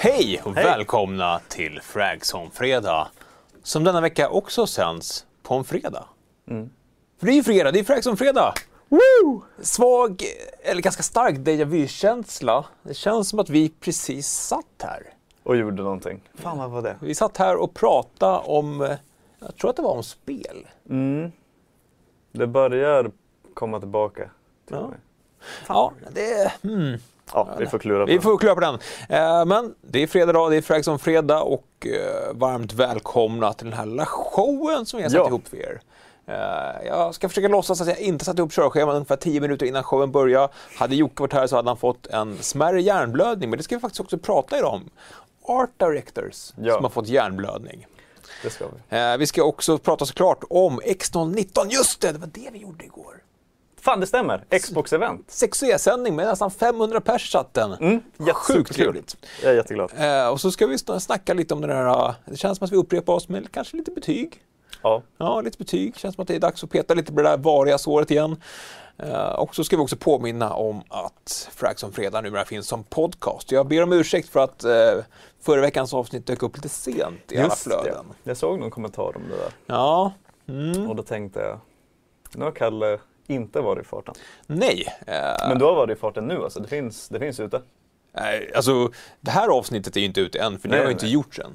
Hej och välkomna till Fragzone-fredag, som denna vecka också sänds på en fredag. För det är ju fredag, det är Fragzone-fredag! Woo! Svag, eller ganska stark déjà vu-känsla. Det känns som att vi precis satt här. Och gjorde någonting. Fan, vad var det? Vi satt här och pratade om, jag tror att det var om spel. Det börjar komma tillbaka. Ja, det Ja, vi får klura på Vi får klura på den. Men det är fredag dag, det är Fragzone-fredag och varmt välkomna till den här lilla showen som jag har satt ihop för er. Jag ska försöka låtsas att jag inte satt ihop körscheman ungefär 10 minuter innan showen börjar. Hade Jocke varit här så hade han fått en smärre hjärnblödning, men det ska vi faktiskt också prata om. Art directors som har fått hjärnblödning. Det ska vi. Vi ska också prata såklart om X019. Just det var det vi gjorde igår. Fan, det stämmer. Xbox-event. 6E-sändning med nästan 500 pers satt den. Sjukt trevligt. Jag är jätteglad. Och så ska vi snacka lite om den här. Det känns som att vi upprepar oss med kanske lite betyg. Ja, lite betyg. Känns som att det är dags att peta lite på det där variga såret igen. Och så ska vi också påminna om att Fragzone fredag numera finns som podcast. Jag ber om ursäkt för att förra veckans avsnitt dök upp lite sent i alla flöden. Det. Jag såg någon kommentar om det där. Ja. Och då tänkte jag, nu har Kalle inte varit i farten. Nej. Men du har varit i farten nu alltså, det finns ute. Nej, alltså det här avsnittet är ju inte ute än, för det har ju inte gjorts än.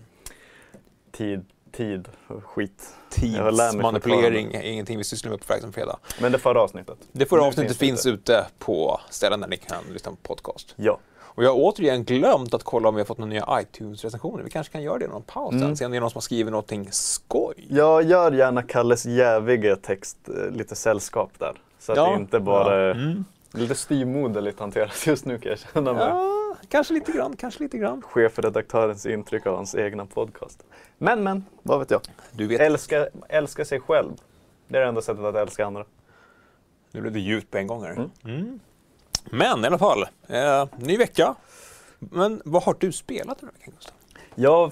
Tid och skit. Tidsmanipulering är ingenting vi sysslar med på Fragzone fredag. Men det förra avsnittet? Det förra avsnittet finns ute på ställen där ni kan lyssna på podcast. Ja. Och jag har återigen glömt att kolla om vi har fått några nya iTunes-recensioner. Vi kanske kan göra det i någon paus sen. Se om det är någon som har skrivit någonting skoj. Jag gör gärna Kalles jäviga text lite sällskap där. Så att det inte bara lite styrmoderligt hanteras just nu kan jag känna mig. Ja, kanske lite grann. Chefredaktörens intryck av hans egna podcast. Men, vad vet jag? Du vet. Älska sig själv. Det är det enda sättet att älska andra. Nu blev det djupt på en gång här. Men i alla fall, ny vecka. Men vad har du spelat den här veckan, Gustav? Jag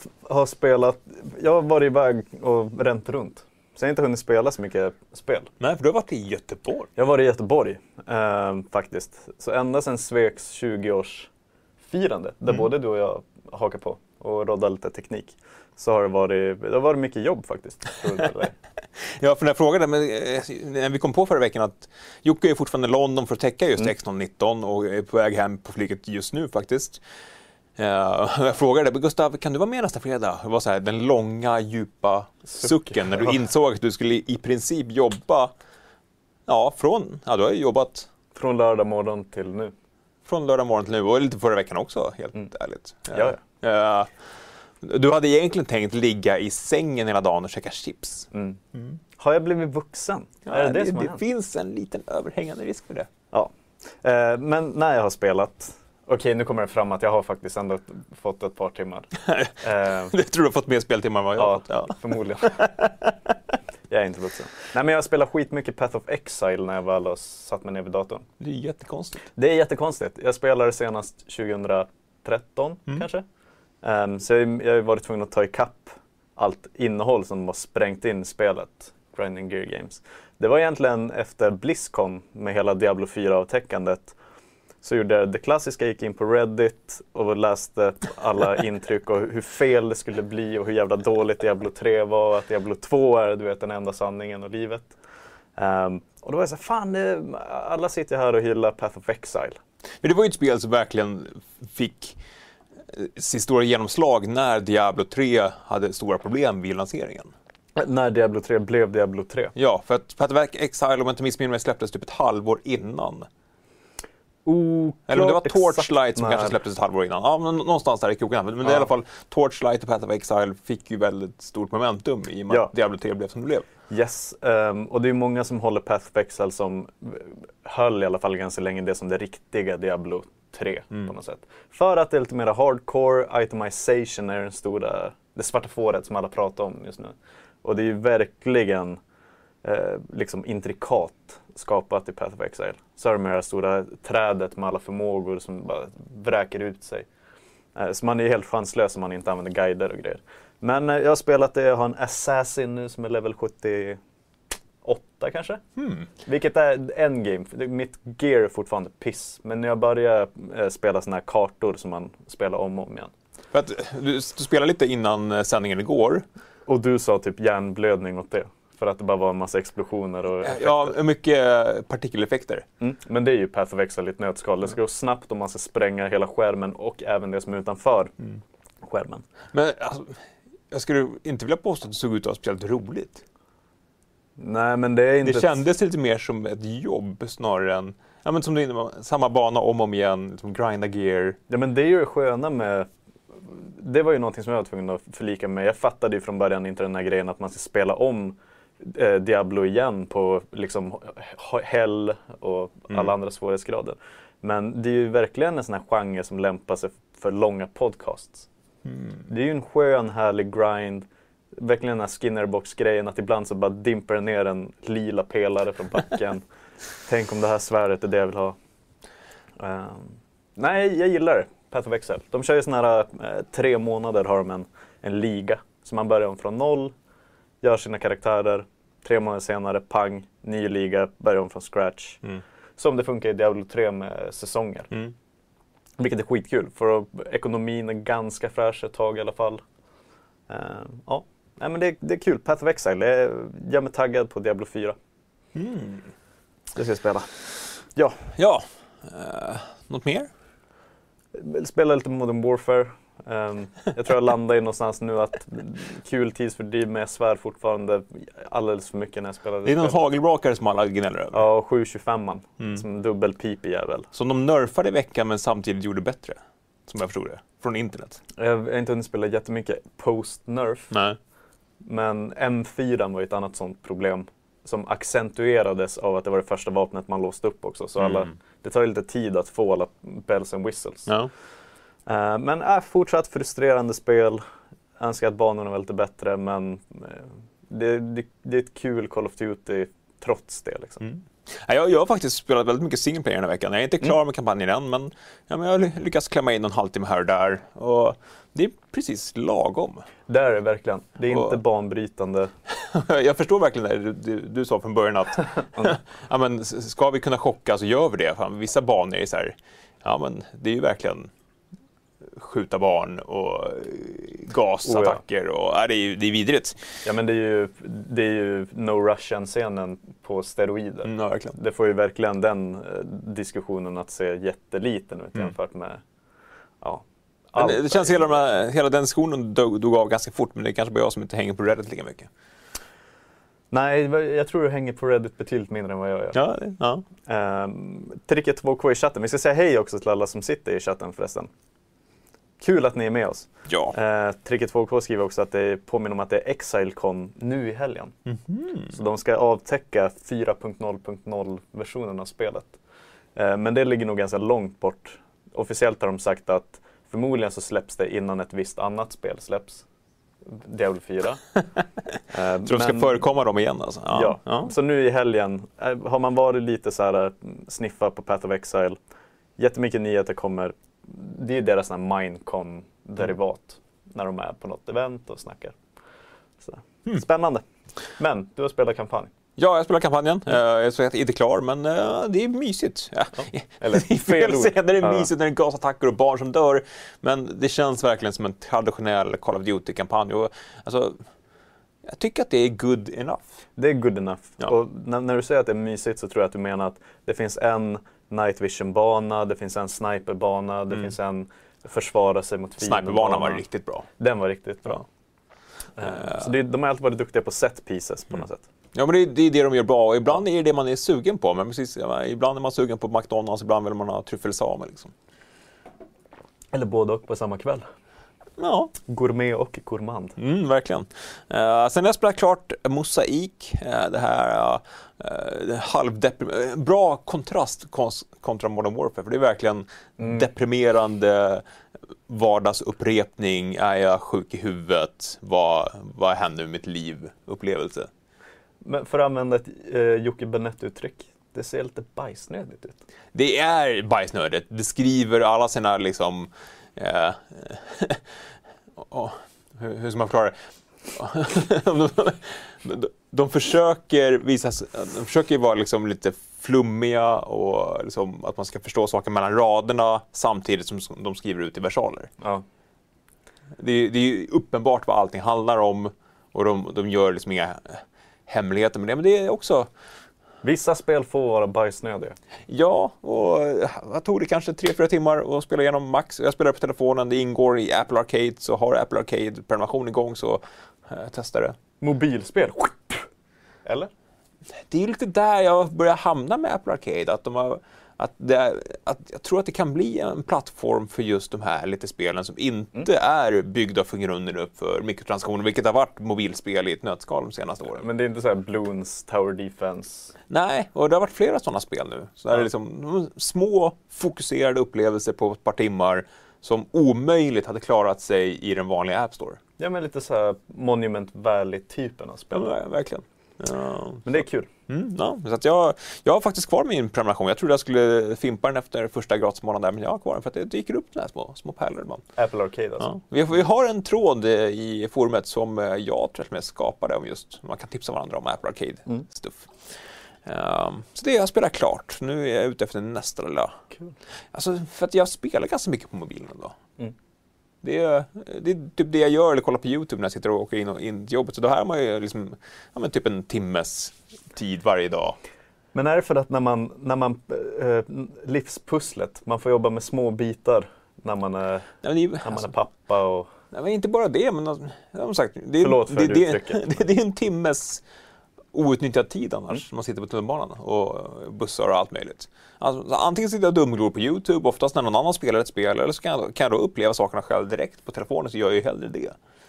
har varit iväg och ränt runt. Så jag har inte hunnit spela så mycket spel. Nej, för du har varit i Göteborg. Jag har varit i Göteborg, faktiskt. Så ända sedan Sveks 20-årsfirande, där både du och jag hakar på och roddar lite teknik, så har det varit mycket jobb faktiskt. Ja, för när jag frågade, men när vi kom på förra veckan att Jocke är fortfarande i London för att täcka just X019 och är på väg hem på flyget just nu faktiskt. Jag frågade, Gustav, kan du vara med nästa fredag? Det var så här, den långa, djupa sucken när du insåg att du skulle i princip jobba. Du har ju jobbat från lördag morgon till nu. Från lördag morgon till nu, och lite förra veckan också, helt ärligt. Ja. Du hade egentligen tänkt ligga i sängen hela dagen och käka chips. Har jag blivit vuxen? Ja, är det som det finns en liten överhängande risk för det. Ja. Men när jag har spelat... Okej, nu kommer det fram att jag har faktiskt ändå fått ett par timmar. Jag tror du har fått mer speltimmar än vad jag har fått. Ja, förmodligen. Jag är inte vuxen. Nej, men jag spelar skitmycket Path of Exile när jag väl har satt mig ner vid datorn. Det är jättekonstigt. Det är jättekonstigt. Jag spelade senast 2013 kanske. Så jag har varit tvungen att ta ikapp allt innehåll som var sprängt in i spelet. Grinding Gear Games. Det var egentligen efter BlizzCon med hela Diablo 4-avtäckandet. Så gjorde jag det klassiska, gick in på Reddit och läste alla intryck och hur fel det skulle bli och hur jävla dåligt Diablo 3 var och att Diablo 2 är den enda sanningen och livet. Och då var jag så här, alla sitter här och hyllar Path of Exile. Men det var ju ett spel som verkligen fick sitt stora genomslag när Diablo 3 hade stora problem vid lanseringen. När Diablo 3 blev Diablo 3? Ja, för att Path of Exile, om jag inte missminner mig, släpptes typ ett halvår innan. Eller det var Torchlight som kanske släpptes ett halvår innan. Ja, men någonstans där i kroken. Men det är i alla fall Torchlight och Path of Exile fick ju väldigt stort momentum i och med att Diablo 3 blev som det blev. Yes, och det är många som håller Path of Exile som höll i alla fall ganska länge det som det riktiga Diablo 3 på något sätt. För att det är lite mer hardcore, itemization är det svarta fåret som alla pratar om just nu. Och det är ju verkligen liksom intrikat skapat i Path of Exile. Så har de här stora trädet med alla förmågor som bara vräker ut sig. Så man är helt chanslös om man inte använder guider och grejer. Men jag har spelat det, jag har en assassin nu som är level 78 kanske. Vilket är endgame. Mitt gear är fortfarande piss. Men när jag börjar spela såna här kartor som man spelar om och om igen. För att du spelade lite innan sändningen igår. Och du sa typ hjärnblödning åt det. För att det bara var en massa explosioner och effekter. Ja, mycket partikeleffekter. Men det är ju Path of Exile i ett nötskal. Det ska gå snabbt om man ska spränga hela skärmen och även det som är utanför skärmen. Men alltså, jag skulle inte vilja påstå att det såg ut att vara speciellt roligt. Nej, men det är inte... Det kändes lite mer som ett jobb snarare än... Ja, men som det, samma bana om och om igen, liksom grinda gear. Ja, men det är ju det sköna med... Det var ju någonting som jag var tvungen att förlika med. Jag fattade ju från början inte den här grejen att man ska spela om Diablo igen på liksom Hell och alla andra svårighetsgrader. Men det är ju verkligen en sån här genre som lämpar sig för långa podcasts. Det är ju en skön, härlig grind. Verkligen den här Skinnerbox-grejen att ibland så bara dimper ner en lila pelare från backen. Tänk om det här svärdet är det jag vill ha. Nej, jag gillar det. Path of Exile. De kör ju såna här 3 månader har de en liga. Så man börjar om från 0, gör sina karaktärer. 3 månader senare, pang, ny liga, börjar om från scratch. Som det funkar i Diablo 3 med säsonger. Vilket är skitkul, för ekonomin är ganska fräsch ett tag i alla fall. Ja, nej, men det är kul. Path of Exile, jag är mig taggad på Diablo 4. Det ska jag spela. Ja. Något mer? Spela lite Modern Warfare. Jag tror jag landar i någonstans nu att kul tidsfördriv med svärd fortfarande alldeles för mycket när jag spelade. Det är någon hagelbrakare som alla gnäller över. Ja, 725man. Som en dubbelpipig jävel. Som de nerfade i veckan men samtidigt gjorde bättre. Som jag förstod det. Från internet. Jag har inte hunnit spela jättemycket post-nerf. Nej. Men M4 var ett annat sånt problem. Som accentuerades av att det var det första vapnet man låste upp också. Så det tar ju lite tid att få alla bells and whistles. Ja. Men fortsatt frustrerande spel. Jag önskar att banorna var lite bättre, men det är ett kul Call of Duty trots det. Liksom. Jag har faktiskt spelat väldigt mycket single player den här veckan. Jag är inte klar med kampanjen än, men jag har lyckats klämma in en halvtimme här och där. Och det är precis lagom. Det är det verkligen. Det är inte banbrytande. Jag förstår verkligen det du sa från början att ja, men, ska vi kunna chocka så gör vi det. Fan, vissa banor är så här, ja men det är ju verkligen skjuta barn och gasattacker och det är vidrigt. Ja, men det är ju No Russian-scenen på steroider. Ja, verkligen. Det får ju verkligen den diskussionen att se jätteliten ut jämfört med det känns hela den diskussionen dog av ganska fort, men det är kanske bara jag som inte hänger på Reddit lika mycket. Nej, jag tror du hänger på Reddit betydligt mindre än vad jag gör. Ja. Tricket 2K i chatten. Vi ska säga hej också till alla som sitter i chatten förresten. Kul att ni är med oss. Ja. Tricket 2K skriver också att det påminner om att det är ExileCon nu i helgen. Så de ska avtäcka 4.0.0-versionen av spelet. Men det ligger nog ganska långt bort. Officiellt har de sagt att förmodligen så släpps det innan ett visst annat spel släpps. Diablo 4. Så de ska förekomma dem igen alltså? Ja. Så nu i helgen har man varit lite så här sniffa på Path of Exile. Jättemycket nyheter kommer. Det är deras Minecon-derivat när de är på något event och snackar. Så. Spännande. Men du har spelat kampanj. Ja, jag spelar kampanjen. Jag är inte klar, men det är mysigt. Ja. Eller det är fel att säga, det är mysigt när det är gasattacker och barn som dör. Men det känns verkligen som en traditionell Call of Duty-kampanj. Och, alltså, jag tycker att det är good enough. Det är good enough. Ja. Och när du säger att det är mysigt så tror jag att du menar att det finns en night vision-bana, det finns en sniperbana, det finns en försvara sig mot fienden. Sniperbanan var riktigt bra. Den var riktigt bra. Så de har alltid varit duktiga på set pieces på något sätt. Ja, men det är det de gör bra. Och ibland är det man är sugen på. Men precis, ibland är man sugen på McDonald's, ibland vill man ha tryffelsame. Liksom. Eller både och på samma kväll. Ja. Gourmet och gourmand. Verkligen. Sen har jag spelat klart Mosaik. Det här bra kontrast kontra Modern Warfare. För det är verkligen deprimerande vardagsupprepning. Är jag sjuk i huvudet? Vad händer med mitt liv? Upplevelse. Men för att använda ett Jocke Benett-uttryck, det ser lite bajsnödigt ut. Det är bajsnödigt. Det skriver alla sina liksom... hur ska man förklara det? De försöker vara liksom lite flummiga och liksom att man ska förstå saker mellan raderna samtidigt som de skriver ut i versaler. Ja. Det är ju uppenbart vad allting handlar om och de gör liksom inga hemligheter med det. Men det är också... Vissa spel får vara bajsnödiga. Ja, och jag tog det kanske 3-4 timmar att spela igenom max. Jag spelar på telefonen, det ingår i Apple Arcade, så har Apple Arcade prenumeration igång så testar det. Mobilspel? Eller? Det är lite där jag börjar hamna med Apple Arcade, att jag tror att det kan bli en plattform för just de här lite spelen som inte är byggda från grunden upp för mikrotransaktioner, vilket har varit mobilspel i ett nötskal de senaste åren. Men det är inte så här Bloons Tower Defense? Nej, och det har varit flera sådana spel nu. Så det är liksom små fokuserade upplevelser på ett par timmar som omöjligt hade klarat sig i den vanliga App Store. Ja, men lite så här Monument Valley-typen av spel. Ja, verkligen. Ja, men det är kul. Ja, så att jag har faktiskt kvar min prenumeration. Jag trodde jag skulle fimpa den efter första gratismånaden där, men jag har kvar den för att det dyker upp såna här små pärlor. Man. Apple Arcade alltså. Ja. Vi har en tråd i forumet som jag tror att skapade om just, man kan tipsa varandra om Apple Arcade-stuff. Så det jag spelar klart. Nu är jag ute efter nästa lilla. Cool. Alltså, för att jag spelar ganska mycket på mobilen då. Det är typ det jag gör eller kollar på YouTube när jag sitter och åker in till jobbet. Så då har man ju liksom, typ en timmes tid varje dag. Men är det för att när man livspusslet, man får jobba med små bitar när man är, man är pappa och... Nej, men inte bara det, men som sagt, det är en timmes outnyttjad tid annars. Man sitter på tunnelbanan och bussar och allt möjligt. Alltså, antingen sitter jag dumglor på YouTube, oftast när någon annan spelar ett spel, eller så kan jag då uppleva sakerna själv direkt på telefonen, så gör jag ju hellre det.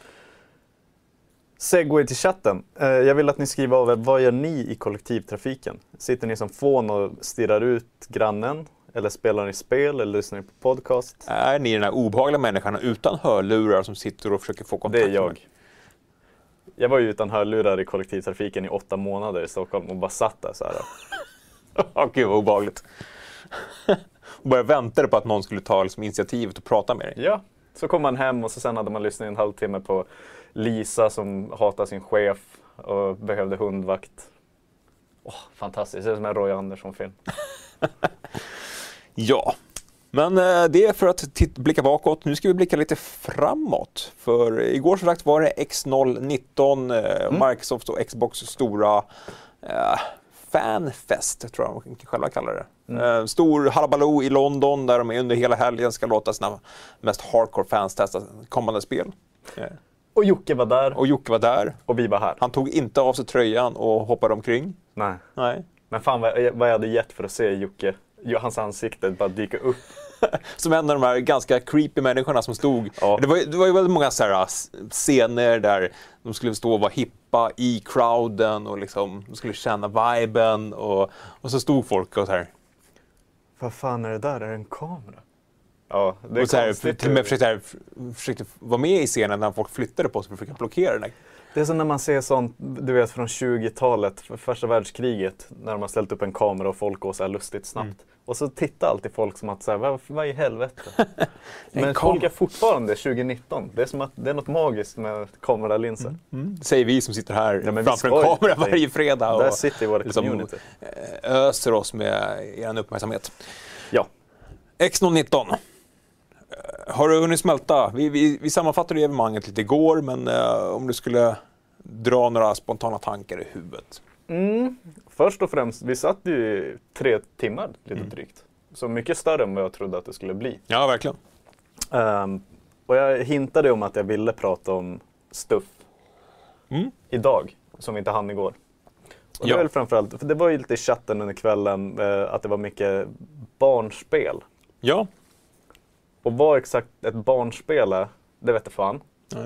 Segway till chatten. Jag vill att ni skriver av er, vad gör ni i kollektivtrafiken? Sitter ni som fån och stirrar ut grannen? Eller spelar ni spel eller lyssnar ni på podcast? Är ni den här obehagliga människan utan hörlurar som sitter och försöker få kontakt? Det är jag. Jag var ju utan hörlurar i kollektivtrafiken i 8 månader i Stockholm och bara satt där så här. Gud vad obehagligt. Och bara väntade på att någon skulle ta liksom initiativet och prata med dig. Ja, så kom man hem och så sen hade man lyssnat en halvtimme på Lisa som hatar sin chef och behövde hundvakt. Fantastiskt, det är som en Roy Andersson-film. Ja. Men det är för att blicka bakåt. Nu ska vi blicka lite framåt. För igår så sagt var det X019, Microsoft och Xbox stora fanfest, tror jag de själva kallar det. Stor halabaloo i London där de under hela helgen ska låta sina mest hardcore fans testa kommande spel. Och Jocke var där. Och vi var här. Han tog inte av sig tröjan och hoppade omkring. Nej. Men fan vad jag hade gett för att se Jocke, hans ansikte bara dyka upp. Som en av de här ganska creepy människorna som stod. Ja. Det var ju väldigt många så här scener där de skulle stå och vara hippa i crowden och liksom, de skulle känna viben och så stod folk och så här. Vad fan är det där? Är det en kamera? Ja, det är och så här, till och med försökte vara med i scenen när folk flyttade på sig för att försöka blockera den. Det är som när man ser sånt, du vet från 20-talet, första världskriget, när de har ställt upp en kamera och folk går så här lustigt snabbt. Och så tittar alltid folk som att säga, vad i helvete? Men folk är fortfarande 2019. Det är som att det är något magiskt med kameralinser. Säger vi som sitter här framför en kamera varje fredag. Där sitter våra community. Öser oss med er uppmärksamhet. Ja. X019. Har du hunnit smälta? Vi sammanfattade evenemanget lite igår, men om du skulle dra några spontana tankar i huvudet. Först och främst, vi satt ju 3 timmar lite drygt. Så mycket större än vad jag trodde att det skulle bli. Ja, verkligen. Och jag hintade om att jag ville prata om stuff idag, som vi inte hann igår. Och det är väl framförallt, för det var ju lite i chatten under kvällen att det var mycket barnspel. Ja. Och vad exakt ett barnspel är, det vet jag fan.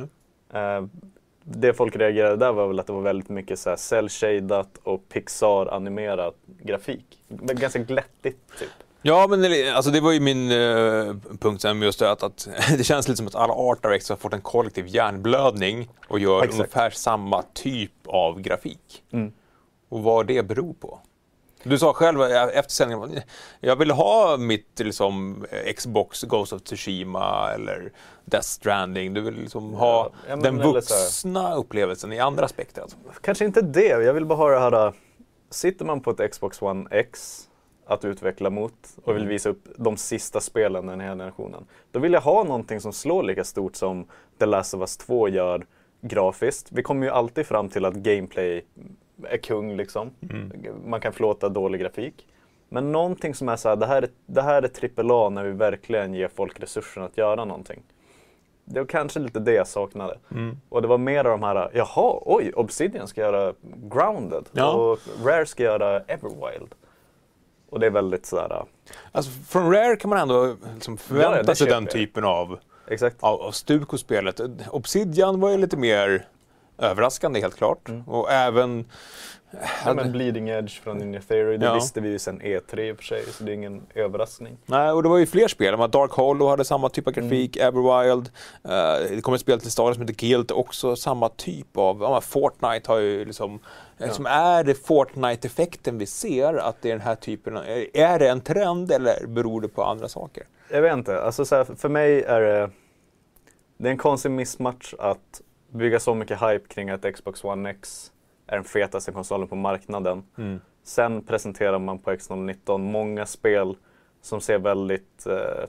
Det folk reagerade där var väl att det var väldigt mycket så här cell-shadat och Pixar-animerad grafik. Ganska glättigt typ. Ja, men alltså det var ju min punkt sen, just det att det känns lite som att alla Art Directs har fått en kollektiv hjärnblödning och gör ungefär samma typ av grafik. Och vad det beror på. Du sa själv efter sändningen, jag vill ha mitt liksom, Xbox Ghost of Tsushima eller Death Stranding. Du vill liksom ha den vuxna upplevelsen i andra aspekter. Alltså. Kanske inte det, jag vill bara ha det här, sitter man på ett Xbox One X, att utveckla mot och vill visa upp de sista spelen den här generationen. Då vill jag ha någonting som slår lika stort som The Last of Us 2 gör grafiskt. Vi kommer ju alltid fram till att gameplay är kung liksom. Man kan förlåta dålig grafik. Men någonting som är så här, det här är AAA när vi verkligen ger folk resurserna att göra någonting. Det var kanske lite det jag saknade. Och det var mer av de här, jaha, oj, Obsidian ska göra Grounded och Rare ska göra Everwild. Och det är väldigt sådär... Alltså från Rare kan man ändå liksom förvänta sig den typen av stuk hos spelet. Obsidian var ju lite mer överraskande helt klart. Och även... Ja, men Bleeding Edge från Ninja Theory, det visste vi ju sen E3 i och för sig, så det är ingen överraskning. Nej, och det var ju fler spel. Dark Hollow hade samma typ av grafik, Everwild. Det kommer ett spel till staden som heter Guild, också samma typ av... Fortnite har ju liksom... Som är det Fortnite-effekten vi ser, att det är den här typen av... Är det en trend eller beror det på andra saker? Jag vet inte. Alltså, så här, för mig är det är en konstig mismatch att bygga så mycket hype kring att Xbox One X är den fetaste konsolen på marknaden. Sen presenterar man på X019 många spel som ser väldigt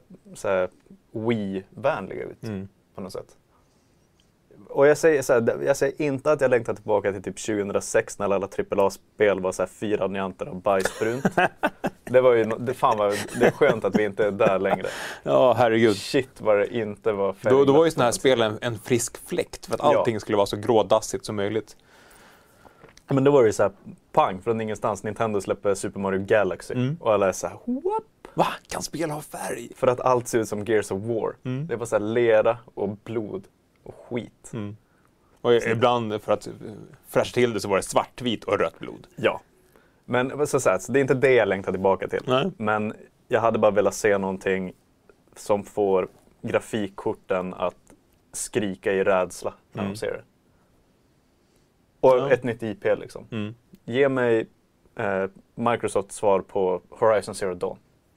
Wii-vänliga ut på något sätt. Och jag säger inte att jag längtar tillbaka till typ 2006 när alla AAA-spel var så här 4 nyanter av bajsbrunt. Det var ju det är skönt att vi inte är där längre. Ja, herregud. Shit vad det inte var färglat. Då var ju sådana här spel en frisk fläkt för att allting skulle vara så grådassigt som möjligt. Men då var det ju så här, pang, från ingenstans. Nintendo släpper Super Mario Galaxy. Och alla är så här, what? Va? Kan spel ha färg? För att allt ser ut som Gears of War. Det var så här lera och blod och skit. Och ibland, för att fräscha till det, så var det svartvitt och rött blod. Ja. Men så det är inte det jag längtar tillbaka till. Nej. Men jag hade bara velat se någonting som får grafikkorten att skrika i rädsla när de ser det. Och ett nytt IP liksom. Ge mig Microsofts svar på Horizon Zero Dawn.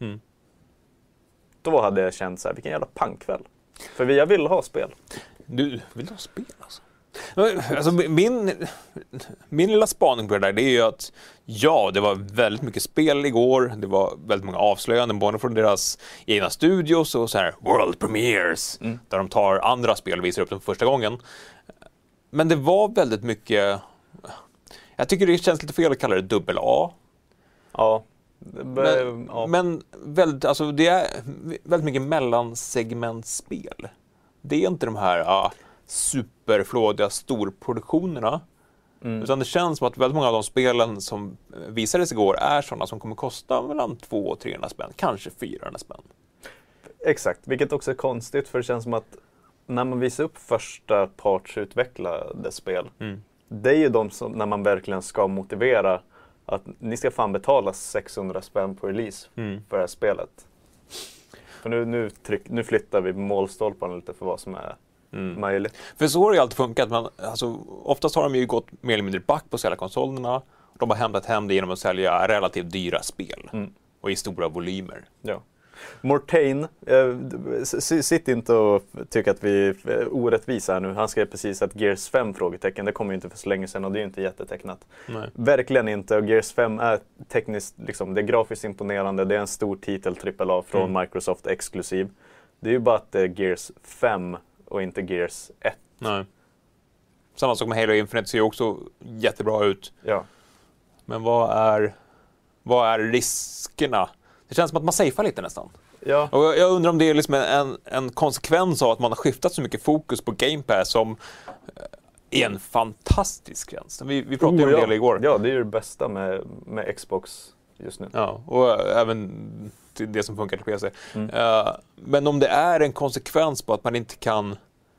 Då hade jag känt så här, vilken jävla pankväll. För jag vill ha spel. Du vill ha spel alltså? Alltså min lilla spaning på det där, det är ju att det var väldigt mycket spel igår. Det var väldigt många avslöjanden både från deras egna studios och så här world premieres där de tar andra spel och visar upp dem för första gången. Men det var väldigt mycket... Jag tycker det känns lite fel att kalla det dubbel A. Ja. Men väldigt, alltså det är väldigt mycket mellansegmentspel. Det är inte de här superflådiga storproduktionerna. Utan det känns som att väldigt många av de spelen som visades igår är sådana som kommer kosta mellan 200 och 300 spänn. Kanske 400 spänn. Exakt, vilket också är konstigt för det känns som att när man visar upp första partsutvecklade spel, det är ju de som, när man verkligen ska motivera att ni ska fan betala 600 spänn på release för det här spelet. För nu flyttar vi målstolparna lite för vad som är möjligt. För så har det ju alltid funkat. Oftast har de ju gått mer eller mindre back på att sälja konsolerna. De har hämtat hem det genom att sälja relativt dyra spel och i stora volymer. Ja. Mortain, sitt inte och tycker att vi är orättvisa här nu. Han skrev precis att Gears 5 frågetecken, det kommer ju inte för så länge sedan och det är ju inte jättetecknat. Nej. Verkligen inte, och Gears 5 är tekniskt, liksom, det är grafiskt imponerande, det är en stor titel AAA från Microsoft exklusiv. Det är ju bara att det är Gears 5 och inte Gears 1. Nej. Samma sak med Halo Infinite, ser ju också jättebra ut. Ja. Men vad är riskerna? Det känns som att man safear lite nästan. Ja. Och jag undrar om det är liksom en konsekvens av att man har skiftat så mycket fokus på Game Pass som är en fantastisk tjänst. Vi pratade ju om det igår. Ja, det är ju det bästa med Xbox just nu. Ja, och även det som funkar till PC. Men om det är en konsekvens på att man inte kan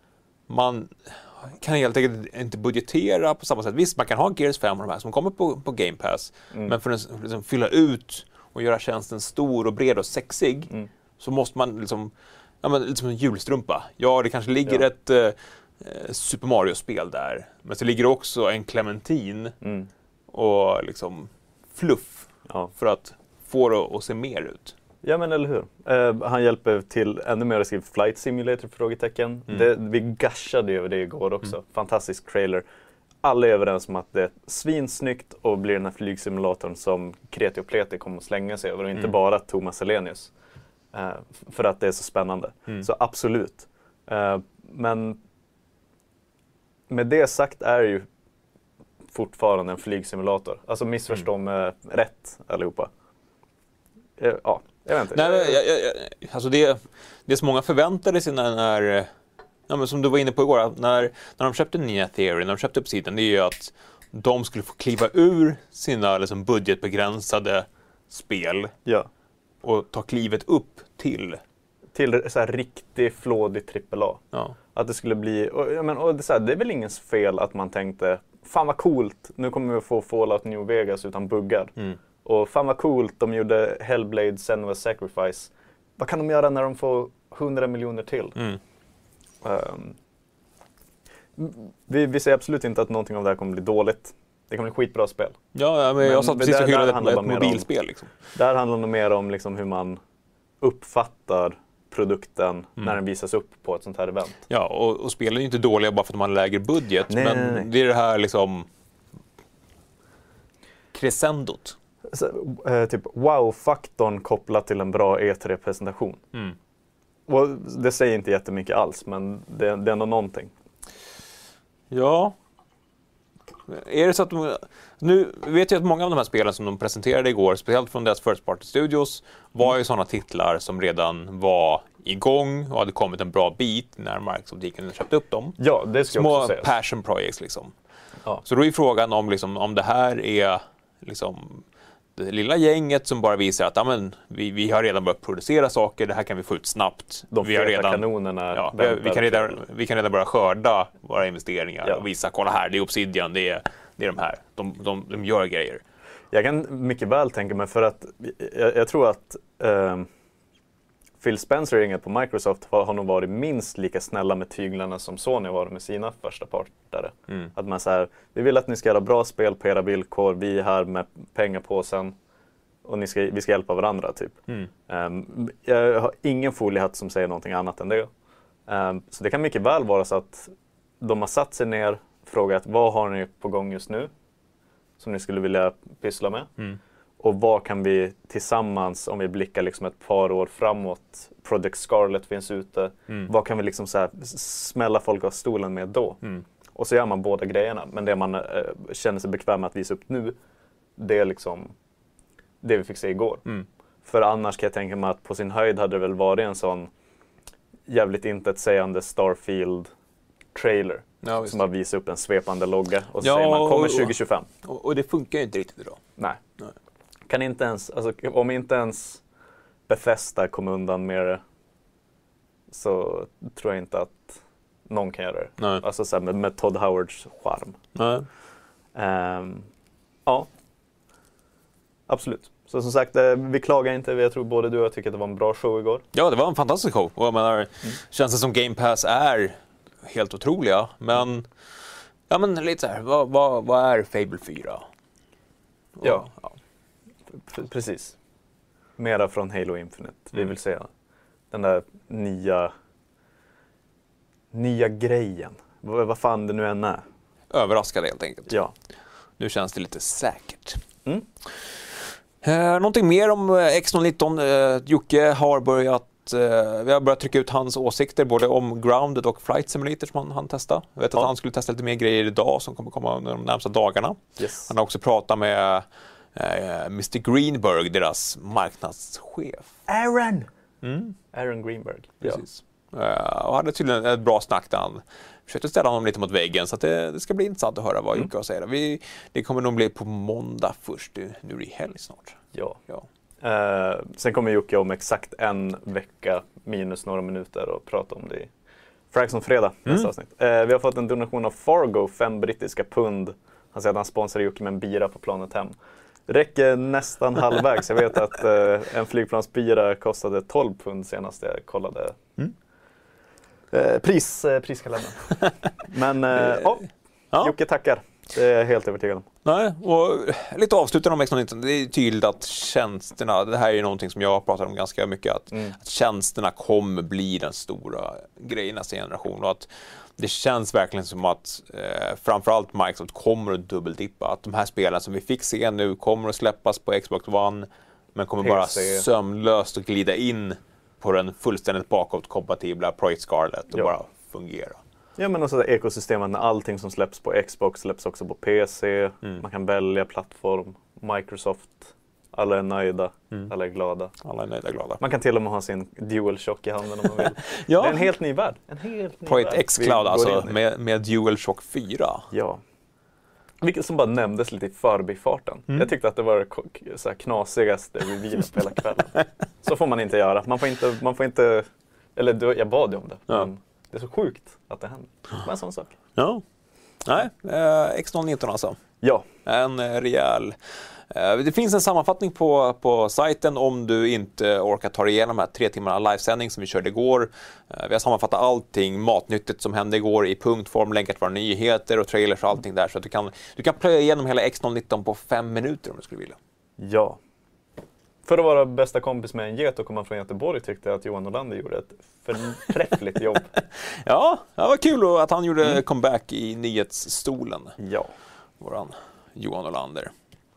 helt enkelt inte budgetera på samma sätt. Visst, man kan ha Gears 5 och de här som kommer på Game Pass. Men för att liksom fylla ut och göra tjänsten stor och bred och sexig så måste man liksom en julstrumpa. Ja, det kanske ligger ett Super Mario-spel där. Men så ligger det också en Clementine och liksom fluff för att få det att se mer ut. Ja, men eller hur. Han hjälper till ännu mer att skriva Flight Simulator, frågetecken. Vi gashade över det igår också. Fantastisk trailer. alla är överens om att det är svinsnyggt och blir den här flygsimulatorn som kreti och pleti kommer att slänga sig över och inte bara Thomas Hellenius. För att det är så spännande. Så absolut. Men med det sagt är det ju fortfarande en flygsimulator. Alltså missförstå mig rätt allihopa. Ja, jag vet inte. Nej, alltså det som många förväntade sig när men som du var inne på igår, när de köpte Nia Theory, när de köpte upp sidan, det är ju att de skulle få kliva ur sina liksom, budgetbegränsade spel och ta klivet upp till så här riktig flådig AAA. Ja. Att det skulle bli, och det är väl ingens fel att man tänkte, fan vad coolt, nu kommer vi att få Fallout New Vegas utan buggar. Och fan vad coolt, de gjorde Hellblade Senua's Sacrifice. Vad kan de göra när de får 100 miljoner till? Vi säger absolut inte att någonting av det här kommer bli dåligt. Det kommer bli skitbra spel. Ja, men jag satt precis och hyllade ett mobilspel. Liksom. Där handlar det mer om liksom hur man uppfattar produkten när den visas upp på ett sånt här event. Ja, och spelen är ju inte dåliga bara för att man har lägre budget. Nej. Det är det här liksom crescendot. Så, typ wow-faktorn kopplat till en bra E3-presentation. Och det säger inte jättemycket alls, men det är ändå någonting. Ja. Är det så att nu vet jag att många av de här spelen som de presenterade igår, speciellt från deras First Party Studios, var ju sådana titlar som redan var igång och hade kommit en bra bit när Microsoft gick och köpte upp dem. Ja, det ska små också sägas. passion projects liksom. Ja. Så då är frågan om det här är liksom det lilla gänget som bara visar att vi har redan börjat producera saker, det här kan vi få ut snabbt. Vi har redan kanonerna. Vi kan redan börja skörda våra investeringar och visa, kolla här, det är Obsidian, det är de här. De gör grejer. Jag kan mycket väl tänka mig, för att jag tror att Phil Spencer och på Microsoft har nog varit minst lika snälla med tyglarna som Sony var med sina första partnere. Att man säger, vi vill att ni ska göra bra spel på era villkor, vi är här med pengar på sen och vi ska hjälpa varandra typ. Jag har ingen foliehatt som säger någonting annat än det. Så det kan mycket väl vara så att de har satt sig ner och frågat, vad har ni på gång just nu som ni skulle vilja pyssla med? Och vad kan vi tillsammans, om vi blickar liksom ett par år framåt, Project Scarlet finns ute, vad kan vi liksom så här smälla folk av stolen med då? Och så gör man båda grejerna, men det man känner sig bekväm med att visa upp nu, det är liksom det vi fick se igår. För annars kan jag tänka mig att på sin höjd hade det väl varit en sån jävligt intetsägande Starfield-trailer. Ja, som bara visar upp en svepande logga och så säger man, kommer 2025. Och det funkar ju inte riktigt idag. Nej. Kan inte ens, alltså, om inte ens Bethesda kom undan med det, så tror jag inte att någon kan göra det. Nej. Alltså så här, med Todd Howards charm. Nej. Ja, absolut. Så som sagt, vi klagar inte. Jag tror både du och jag tycker att det var en bra show igår. Ja, det var en fantastisk show. Och jag menar, känns det som Game Pass är helt otroliga. Men, lite så här, vad är Fable 4? Ja. Precis. Mera från Halo Infinite. Vi vill se den där nya grejen. Vad fan det nu än är. Överraskade helt enkelt. Ja. Nu känns det lite säkert. Någonting mer om X019. Jocke har vi har börjat trycka ut hans åsikter både om Grounded och Flight Simulator som han testade. Jag vet att han skulle testa lite mer grejer idag som kommer komma under de närmsta dagarna. Yes. Han har också pratat med Mr. Greenberg, deras marknadschef. Aaron Greenberg. Precis. Och hade tydligen ett bra snack där han försökte ställa honom lite mot väggen, så att det ska bli intressant att höra vad Jocke har att säga. Det kommer nog bli på måndag först, nu är det helg snart. Ja. Sen kommer Jocke om exakt en vecka minus några minuter och prata om det i Frags on fredag nästa avsnitt. Vi har fått en donation av Fargo, 5 brittiska pund. Han säger att han sponsrar Jocke med en bira på planet hem. Det räcker nästan halvvägs. Jag vet att en kostade 12 pund senast jag kollade priskalendern. Men Jocke tackar. Det är jag helt övertygad om. Nej, och lite avslutande om X19. Det är tydligt att tjänsterna, det här är någonting som jag pratar om ganska mycket, att tjänsterna kommer bli den stora grejen nästa generation och att det känns verkligen som att framförallt Microsoft kommer att dubbeldippa. Att de här spelen som vi fick se nu kommer att släppas på Xbox One men kommer bara sömlöst att glida in på den fullständigt bakåtkompatibla Project Scarlet och bara fungera. Ja, men också ekosystemet när allting som släpps på Xbox släpps också på PC. Man kan välja plattform. Microsoft, alla är nöjda, alla är glada. Alla är nöjda och glada. Man kan till och med ha sin DualShock i handen om man vill. Det är en helt ny värld. Project X-Cloud alltså, med DualShock 4. Ja. Vilket som bara nämndes lite i förbifarten. Jag tyckte att det var så här knasigaste revealen på hela kvällen. Så får man inte göra. Man får inte eller jag bad ju om det. Men det är så sjukt att det händer. Men en sån sak. Ja. Nej, X019 alltså. Ja. En rejäl. Det finns en sammanfattning på sajten om du inte orkar ta igenom de här 3 timmarna livesändning som vi körde igår. Vi har sammanfattat allting matnyttigt som hände igår i punktform, länkat våra nyheter och trailers och allting där. Så att du kan plöja igenom hela X019 på 5 minuter om du skulle vilja. Ja. För att vara bästa kompis med en get och komma från Göteborg tyckte jag att Johan Olander gjorde ett förträffligt jobb. Ja, det var kul att han gjorde comeback i nyhetsstolen. Ja. Våran Johan Olander.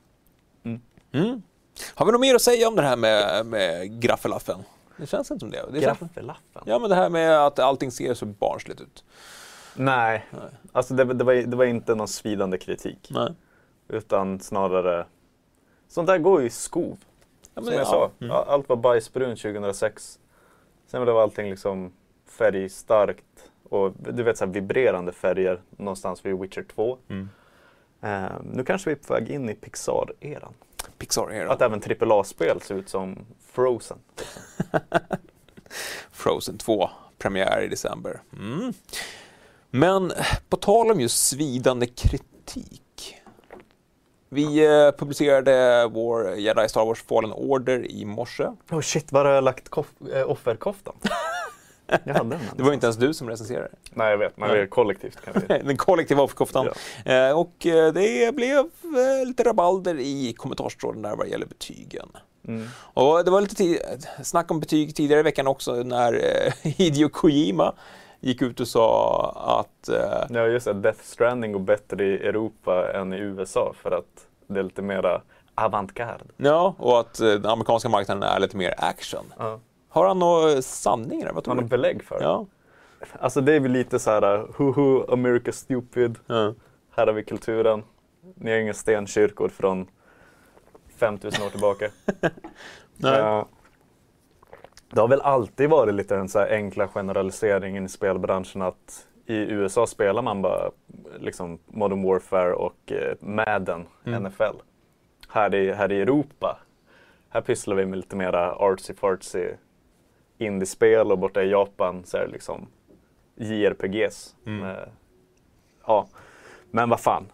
Har vi något mer att säga om det här med graffelaffen? Det känns inte som det. Graffelaffen? Ja, men det här med att allting ser så barnsligt ut. Nej. Alltså det var inte någon svidande kritik. Nej. Utan snarare, sånt där går ju i skov. Ja, som jag sa, allt var bajsbrun 2006. Sen var allting liksom färgstarkt och du vet så här vibrerande färger någonstans vid Witcher 2. Nu kanske vi är på väg in i Pixar-eran. Att även AAA-spel ser ut som Frozen. Liksom. Frozen 2, premiär i december. Men på tal om just svidande kritik. Vi publicerade vår Jedi Star Wars Fallen Order i morse. Oh shit, var har jag lagt offerkoftan? Jag hade den. Det var inte ens du som recenserade. Nej, jag vet. Men det är kollektivt. Den kollektiva offerkoftan. Ja. Och det blev lite rabalder i kommentarstråden där vad gäller betygen. Och det var lite snack om betyg tidigare i veckan också när Hideo Kojima gick ut och sa att... Ja, just det. Death Stranding går bättre i Europa än i USA för att det är lite mer avantgarde. Ja, och att den amerikanska marknaden är lite mer action. Har han någon sanning där? Vad tror du? Han har belägg för det. Ja. Alltså det är väl lite så här, America stupid. Här har vi kulturen. Ni har inga stenkyrkor från 5000 år tillbaka. Nej. Det har väl alltid varit lite en så här enkla generalisering i spelbranschen att i USA spelar man bara liksom Modern Warfare och Madden, NFL. Här i Europa, här pysslar vi med lite mera artsy-fartsy indiespel och borta i Japan så är det liksom JRPGs. Ja, men vad fan.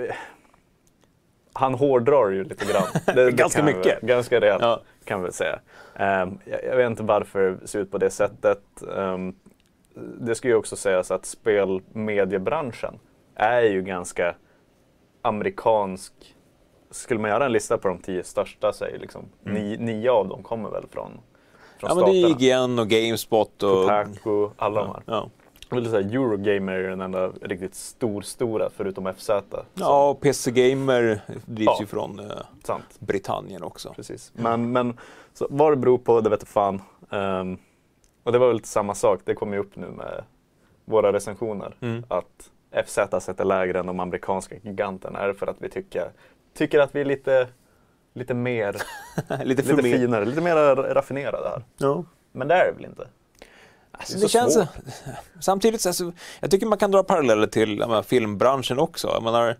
Han hårdrar ju lite grann. Det ganska mycket. Ganska rejält kan vi väl säga. Jag vet inte varför det ser ut på det sättet. Det ska ju också sägas att spelmediebranschen är ju ganska amerikansk. Skulle man göra en lista på de 10 största så är liksom 9 av dem kommer väl från staterna. Men det är IGN och GameSpot och Kotaku, alla de här. Ja. Jag vill säga Eurogamer är den enda riktigt stora förutom FZ. Ja, och PC Gamer drivs ju från Britannien också. Precis. Men så vad det beror på, det vet jag fan. Och det var väl lite samma sak, det kommer ju upp nu med våra recensioner. Att FZ sätter lägre än de amerikanska giganterna är för att vi tycker att vi är lite mer lite finare, lite mer raffinerade här. Ja. Men det är det väl inte. Alltså, det känns samtidigt alltså, jag tycker man kan dra paralleller till filmbranschen också. Jag menar,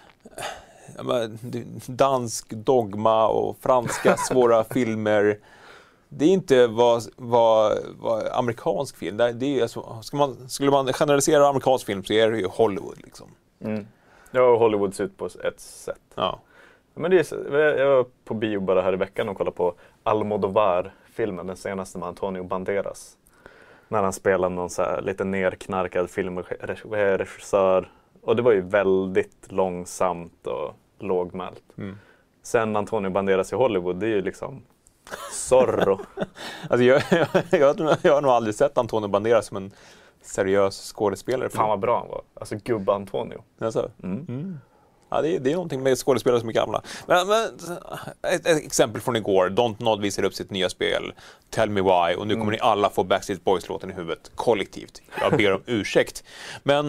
dansk dogma och franska svåra filmer. Det är inte vad amerikansk film. Det är alltså, skulle man generalisera amerikansk film så är det ju Hollywood liksom. Ja, Hollywood ser ut på ett sätt. Ja. Men jag var på bio bara här i veckan och kollade på Almodovar-filmen, den senaste med Antonio Banderas. När han spelar någon så här lite nerknarkad filmregissör Och det var ju väldigt långsamt och lågmält. Sen Antonio Banderas i Hollywood, det är ju liksom Zorro. Alltså jag har nog aldrig sett Antonio Banderas som en seriös skådespelare. Fan vad bra han var. Alltså gubbe Antonio. Alltså. Ja, det är någonting med skådespelare som är gamla. Men ett exempel från igår. Don't Nod visar upp sitt nya spel Tell Me Why. Och nu kommer ni alla få Backstreet Boys-låten i huvudet kollektivt. Jag ber om ursäkt. Men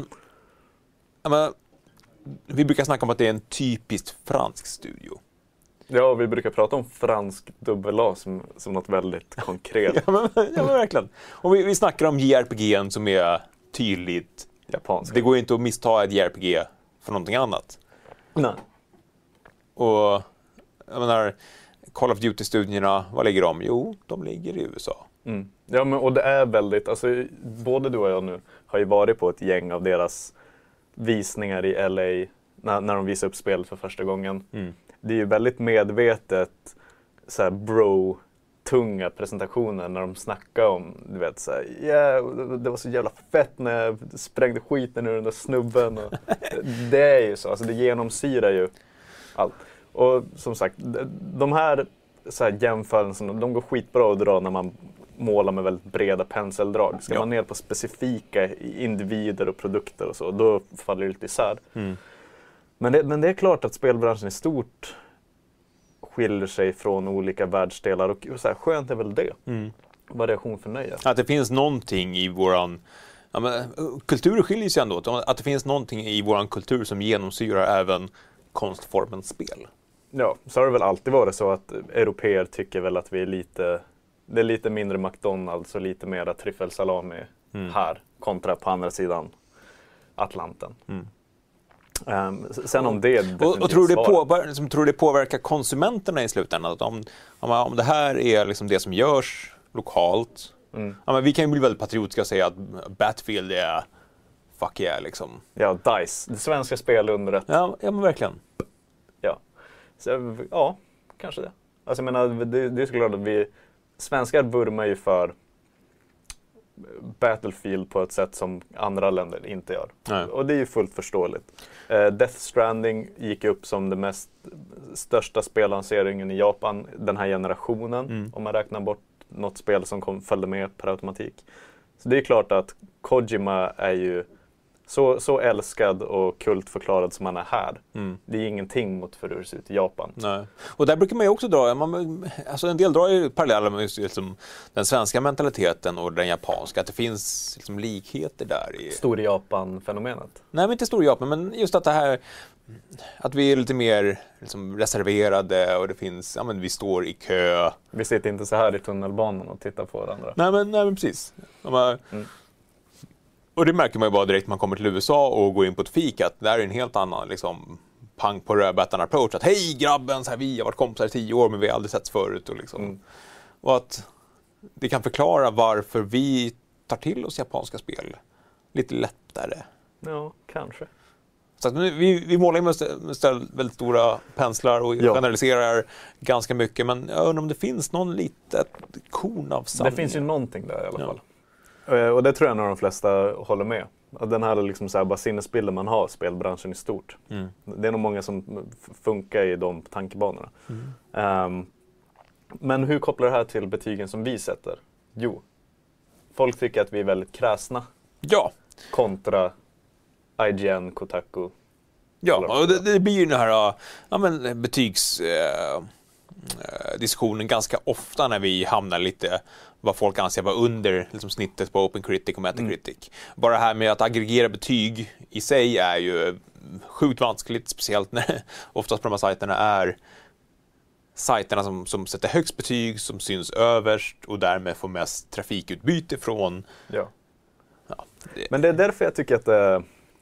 vi brukar snacka om att det är en typiskt fransk studio. Ja, vi brukar prata om fransk dubbel-A som något väldigt konkret. ja, men verkligen. Och vi snackar om JRPG som är tydligt japanskt. Det går inte att missta ett JRPG för någonting annat. Nej. Och jag menar, Call of Duty-studierna, vad ligger de? Jo, de ligger i USA. Ja, men och det är väldigt, alltså både du och jag nu har ju varit på ett gäng av deras visningar i LA när de visar upp spel för första gången. Det är ju väldigt medvetet så här bro-tunga presentationer när de snackar om, du vet såhär, det var så jävla fett när jag sprängde skiten ur den där snubben. Och det är ju så, alltså det genomsyrar ju allt. Och som sagt, de här, så här jämförelserna, de går skitbra att dra när man målar med väldigt breda penseldrag. Ska man ner på specifika individer och produkter och så, då faller det lite isär. Men det är klart att spelbranschen i stort skiljer sig från olika världsdelar och så här, skönt är väl det. Variation för nöje. Att det finns någonting i våran kulturer skiljer sig ändå åt. Att det finns någonting i våran kultur som genomsyrar även konstformen spel. Ja, så har det väl alltid varit så att europeer tycker väl att det är lite mindre McDonalds och lite mera tryffelsalami här kontra på andra sidan Atlanten. Sen om det och tror du det påverkar konsumenterna i slutändan? Att om det här är liksom det som görs lokalt. Ja, men vi kan ju bli väldigt patriotiska och säga att Battlefield är fuck yeah liksom. Ja, DICE, det svenska spelundret. Ja, men verkligen. Ja. Så, ja, kanske det. Alltså jag menar, det är såklart att vi svenskar vurmar ju för Battlefield på ett sätt som andra länder inte gör. Nej. Och det är ju fullt förståeligt. Death Stranding gick upp som den största spellanseringen i Japan den här generationen. Om man räknar bort något spel som följde med per automatik. Så det är klart att Kojima är ju så älskad och kultförklarad som han är här. Det är ingenting mot hur det ser ut i Japan. Nej. Och där brukar man ju också dra, alltså en del drar ju paralleller med just liksom den svenska mentaliteten och den japanska, att det finns liksom likheter där. Stor Japan-fenomenet? Nej, men inte stor Japan, men just att det här, att vi är lite mer liksom reserverade och det finns, vi står i kö. Vi sitter inte så här i tunnelbanan och tittar på varandra. Nej men precis. Och det märker man ju bara direkt när man kommer till USA och går in på ett fik, att det är en helt annan liksom, pang på rödbetan approach. Att hej grabben, så här, vi har varit kompisar i 10 år men vi har aldrig setts förut. Och, liksom. Och att det kan förklara varför vi tar till oss japanska spel lite lättare. Ja, kanske. Så att vi målar med väldigt stora penslar och generaliserar ganska mycket. Men jag undrar om det finns någon litet korn av sanning. Det finns ju någonting där i alla fall. Och det tror jag nog de flesta håller med. Den här liksom så här bara sinnesbilden man har, spelbranschen i stort. Det är nog många som funkar i de tankebanorna. Men hur kopplar det här till betygen som vi sätter? Jo, folk tycker att vi är väldigt kräsna. Ja. Kontra IGN, Kotaku. Ja, och det blir ju den här betygsdiskussionen ganska ofta när vi hamnar lite vad folk anser vara under liksom, snittet på OpenCritic och Metacritic. Bara det här med att aggregera betyg i sig är ju sjukt vanskligt, speciellt när oftast på de här sajterna är sajterna som sätter högst betyg, som syns överst och därmed får mest trafikutbyte från. Ja. Men det är därför jag tycker att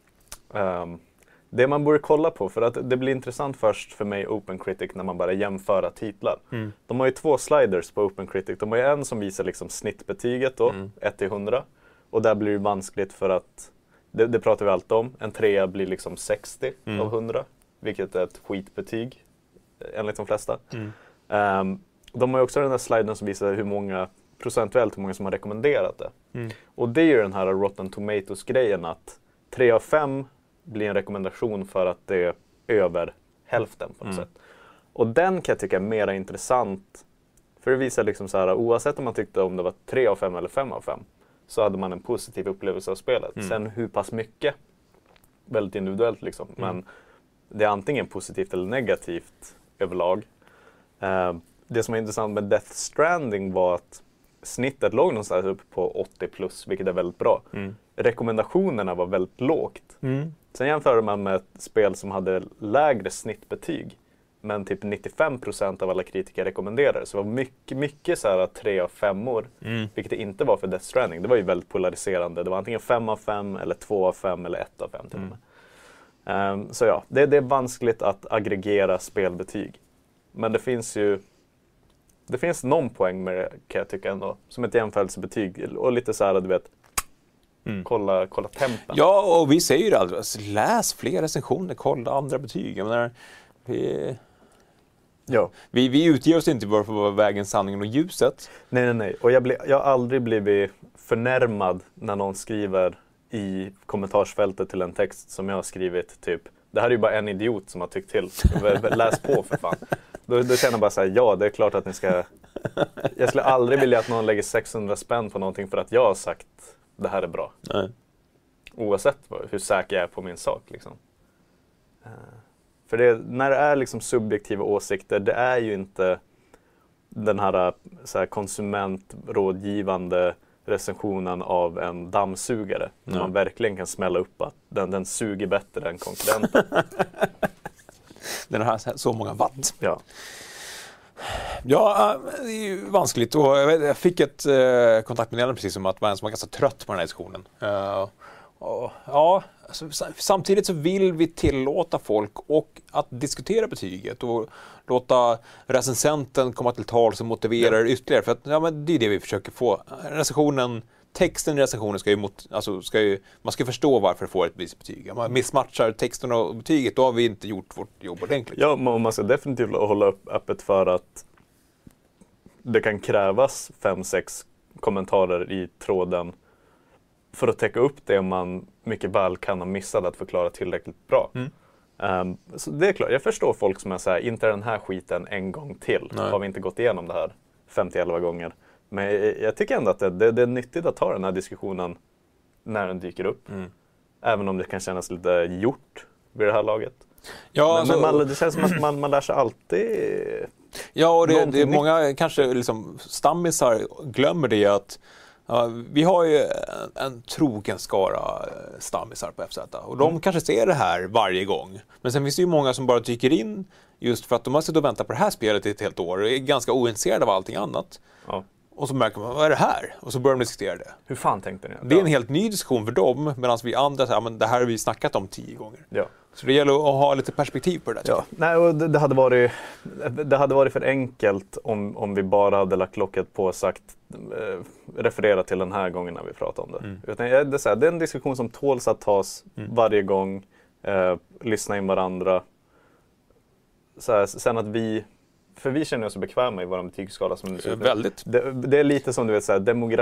det man borde kolla på, för att det blir intressant först för mig OpenCritic när man bara jämför titlar. De har ju 2 sliders på OpenCritic. De har ju en som visar liksom snittbetyget då, 1-100. Och där blir det vanskligt för att, det pratar vi alltid om, en 3 blir liksom 60 av 100. Vilket är ett skitbetyg enligt de flesta. De har ju också den här sliden som visar procentuellt hur många som har rekommenderat det. Och det är ju den här Rotten Tomatoes-grejen att 3 av 5 bli en rekommendation för att det är över hälften på något sätt. Och den kan jag tycka är mer intressant. För det visar liksom så här, oavsett om man tyckte om det var 3 av 5 eller 5 av 5, så hade man en positiv upplevelse av spelet. Sen hur pass mycket, väldigt individuellt liksom. Men det är antingen positivt eller negativt överlag. Det som är intressant med Death Stranding var att snittet låg någonstans upp på 80+, vilket är väldigt bra. Rekommendationerna var väldigt lågt. Sen jämförde man med ett spel som hade lägre snittbetyg, men typ 95% av alla kritiker rekommenderade. Så det var mycket så här 3 av 5-or, vilket det inte var för Death Stranding. Det var ju väldigt polariserande. Det var antingen 5 av 5 eller 2 av 5 eller 1 av 5 till och med. Så ja, det är vanskligt att aggregera spelbetyg. Men det finns någon poäng med det, kan jag tycka ändå. Som ett jämförelsebetyg. Och lite så här, du vet, kolla tempen. Ja, och vi säger ju det aldrig. Alltså, läs fler recensioner, kolla andra betyg. Jag menar, vi utger oss inte bara för att vara vägen, sanningen och ljuset. Nej. Och jag har aldrig blivit förnärmad när någon skriver i kommentarsfältet till en text som jag har skrivit, typ, det här är ju bara en idiot som har tyckt till. Läs på för fan. Då känner jag bara så här, ja, det är klart att ni ska... Jag skulle aldrig vilja att någon lägger 600 spänn på någonting för att jag har sagt det här är bra. Nej. Oavsett hur säker jag är på min sak liksom. För när det är liksom subjektiva åsikter, det är ju inte den här, så här konsumentrådgivande recensionen av en dammsugare. När man verkligen kan smälla upp att den suger bättre än konkurrenten. Den har så många watt. Ja. Ja, det är ju vanskligt. Och jag fick ett kontaktmeddelande precis som att man var ganska trött på den här diskussionen. Alltså, samtidigt så vill vi tillåta folk och att diskutera betyget och låta recensenten komma till tal som motiverar ytterligare. För att men det är det vi försöker få. Texten i recensionen man ska förstå varför det får ett visst betyg. Om man missmatchar texten och betyget, då har vi inte gjort vårt jobb ordentligt. Ja, man ska definitivt hålla öppet för att det kan krävas 5-6 kommentarer i tråden för att täcka upp det man mycket väl kan ha missat att förklara tillräckligt bra. Så det är klart, jag förstår folk som är så här, inte den här skiten en gång till. Nej. Har vi inte gått igenom det här 50-11 gånger. Men jag tycker ändå att det är nyttigt att ta den här diskussionen när den dyker upp. Även om det kan kännas lite gjort vid det här laget. Ja, men det känns som att man lär sig alltid. Ja, och det är många kanske liksom stammisar glömmer det att vi har ju en trogen skara stammisar på FZ och de kanske ser det här varje gång. Men sen finns det ju många som bara dyker in just för att de har suttit och väntat på det här spelet i ett helt år och är ganska ointresserade av allting annat. Ja. Och så märker man, vad är det här? Och så börjar de diskutera det. Hur fan tänkte ni? Det är en helt ny diskussion för dem, medan vi andra säger, men det här har vi snackat om 10 gånger. Ja. Så det gäller att ha lite perspektiv på det där. Ja. Nej, och det hade varit för enkelt om vi bara hade lagt locket på och sagt referera till den här gången när vi pratar om det. Utan det är en diskussion som tåls att tas varje gång, lyssna in varandra. Sen att för vi känner oss så bekväma i vår betygsskala som väldigt. Det är lite som du vet, så här,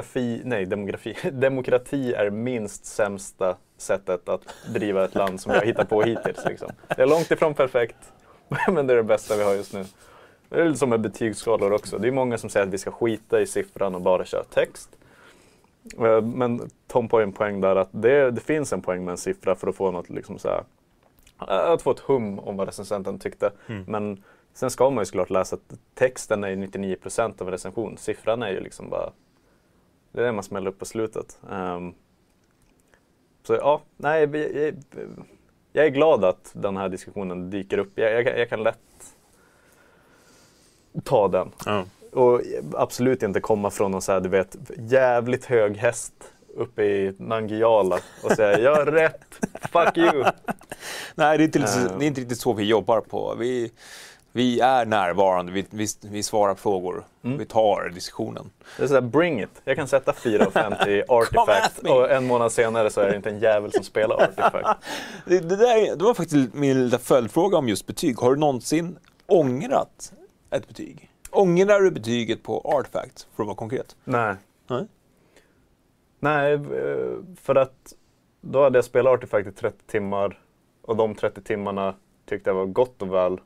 demokrati är minst sämsta sättet att driva ett land som jag hittar på hittills. Liksom. Det är långt ifrån perfekt, men det är det bästa vi har just nu. Det är lite som med betygsskalor också. Det är många som säger att vi ska skita i siffran och bara köra text. Men Tom har en poäng där att det finns en poäng med en siffra för att få något liksom så här, att få ett hum om vad recensenten tyckte. Men sen ska man ju såklart läsa att texten är 99% av recension. Siffran är ju liksom bara, det är det man smäller upp på slutet. Så ja, nej, jag är glad att den här diskussionen dyker upp. Jag kan lätt ta den. Och absolut inte komma från någon så här, du vet, jävligt hög häst uppe i Nangijala och säga, jag har rätt, fuck you. Nej, det är inte riktigt så vi jobbar på. Vi är närvarande, vi svarar på frågor, vi tar diskussionen. Det är sådär, bring it. Jag kan sätta 4 av 5 till Artifact och en månad senare så är det inte en jävel som spelar Artifact. Det var faktiskt min lilla följdfråga om just betyg. Har du någonsin ångrat ett betyg? Ångrar du betyget på Artifact, för att vara konkret? Nej, för att då hade jag spelat Artifact i 30 timmar Och de 30 timmarna tyckte jag var gott och väl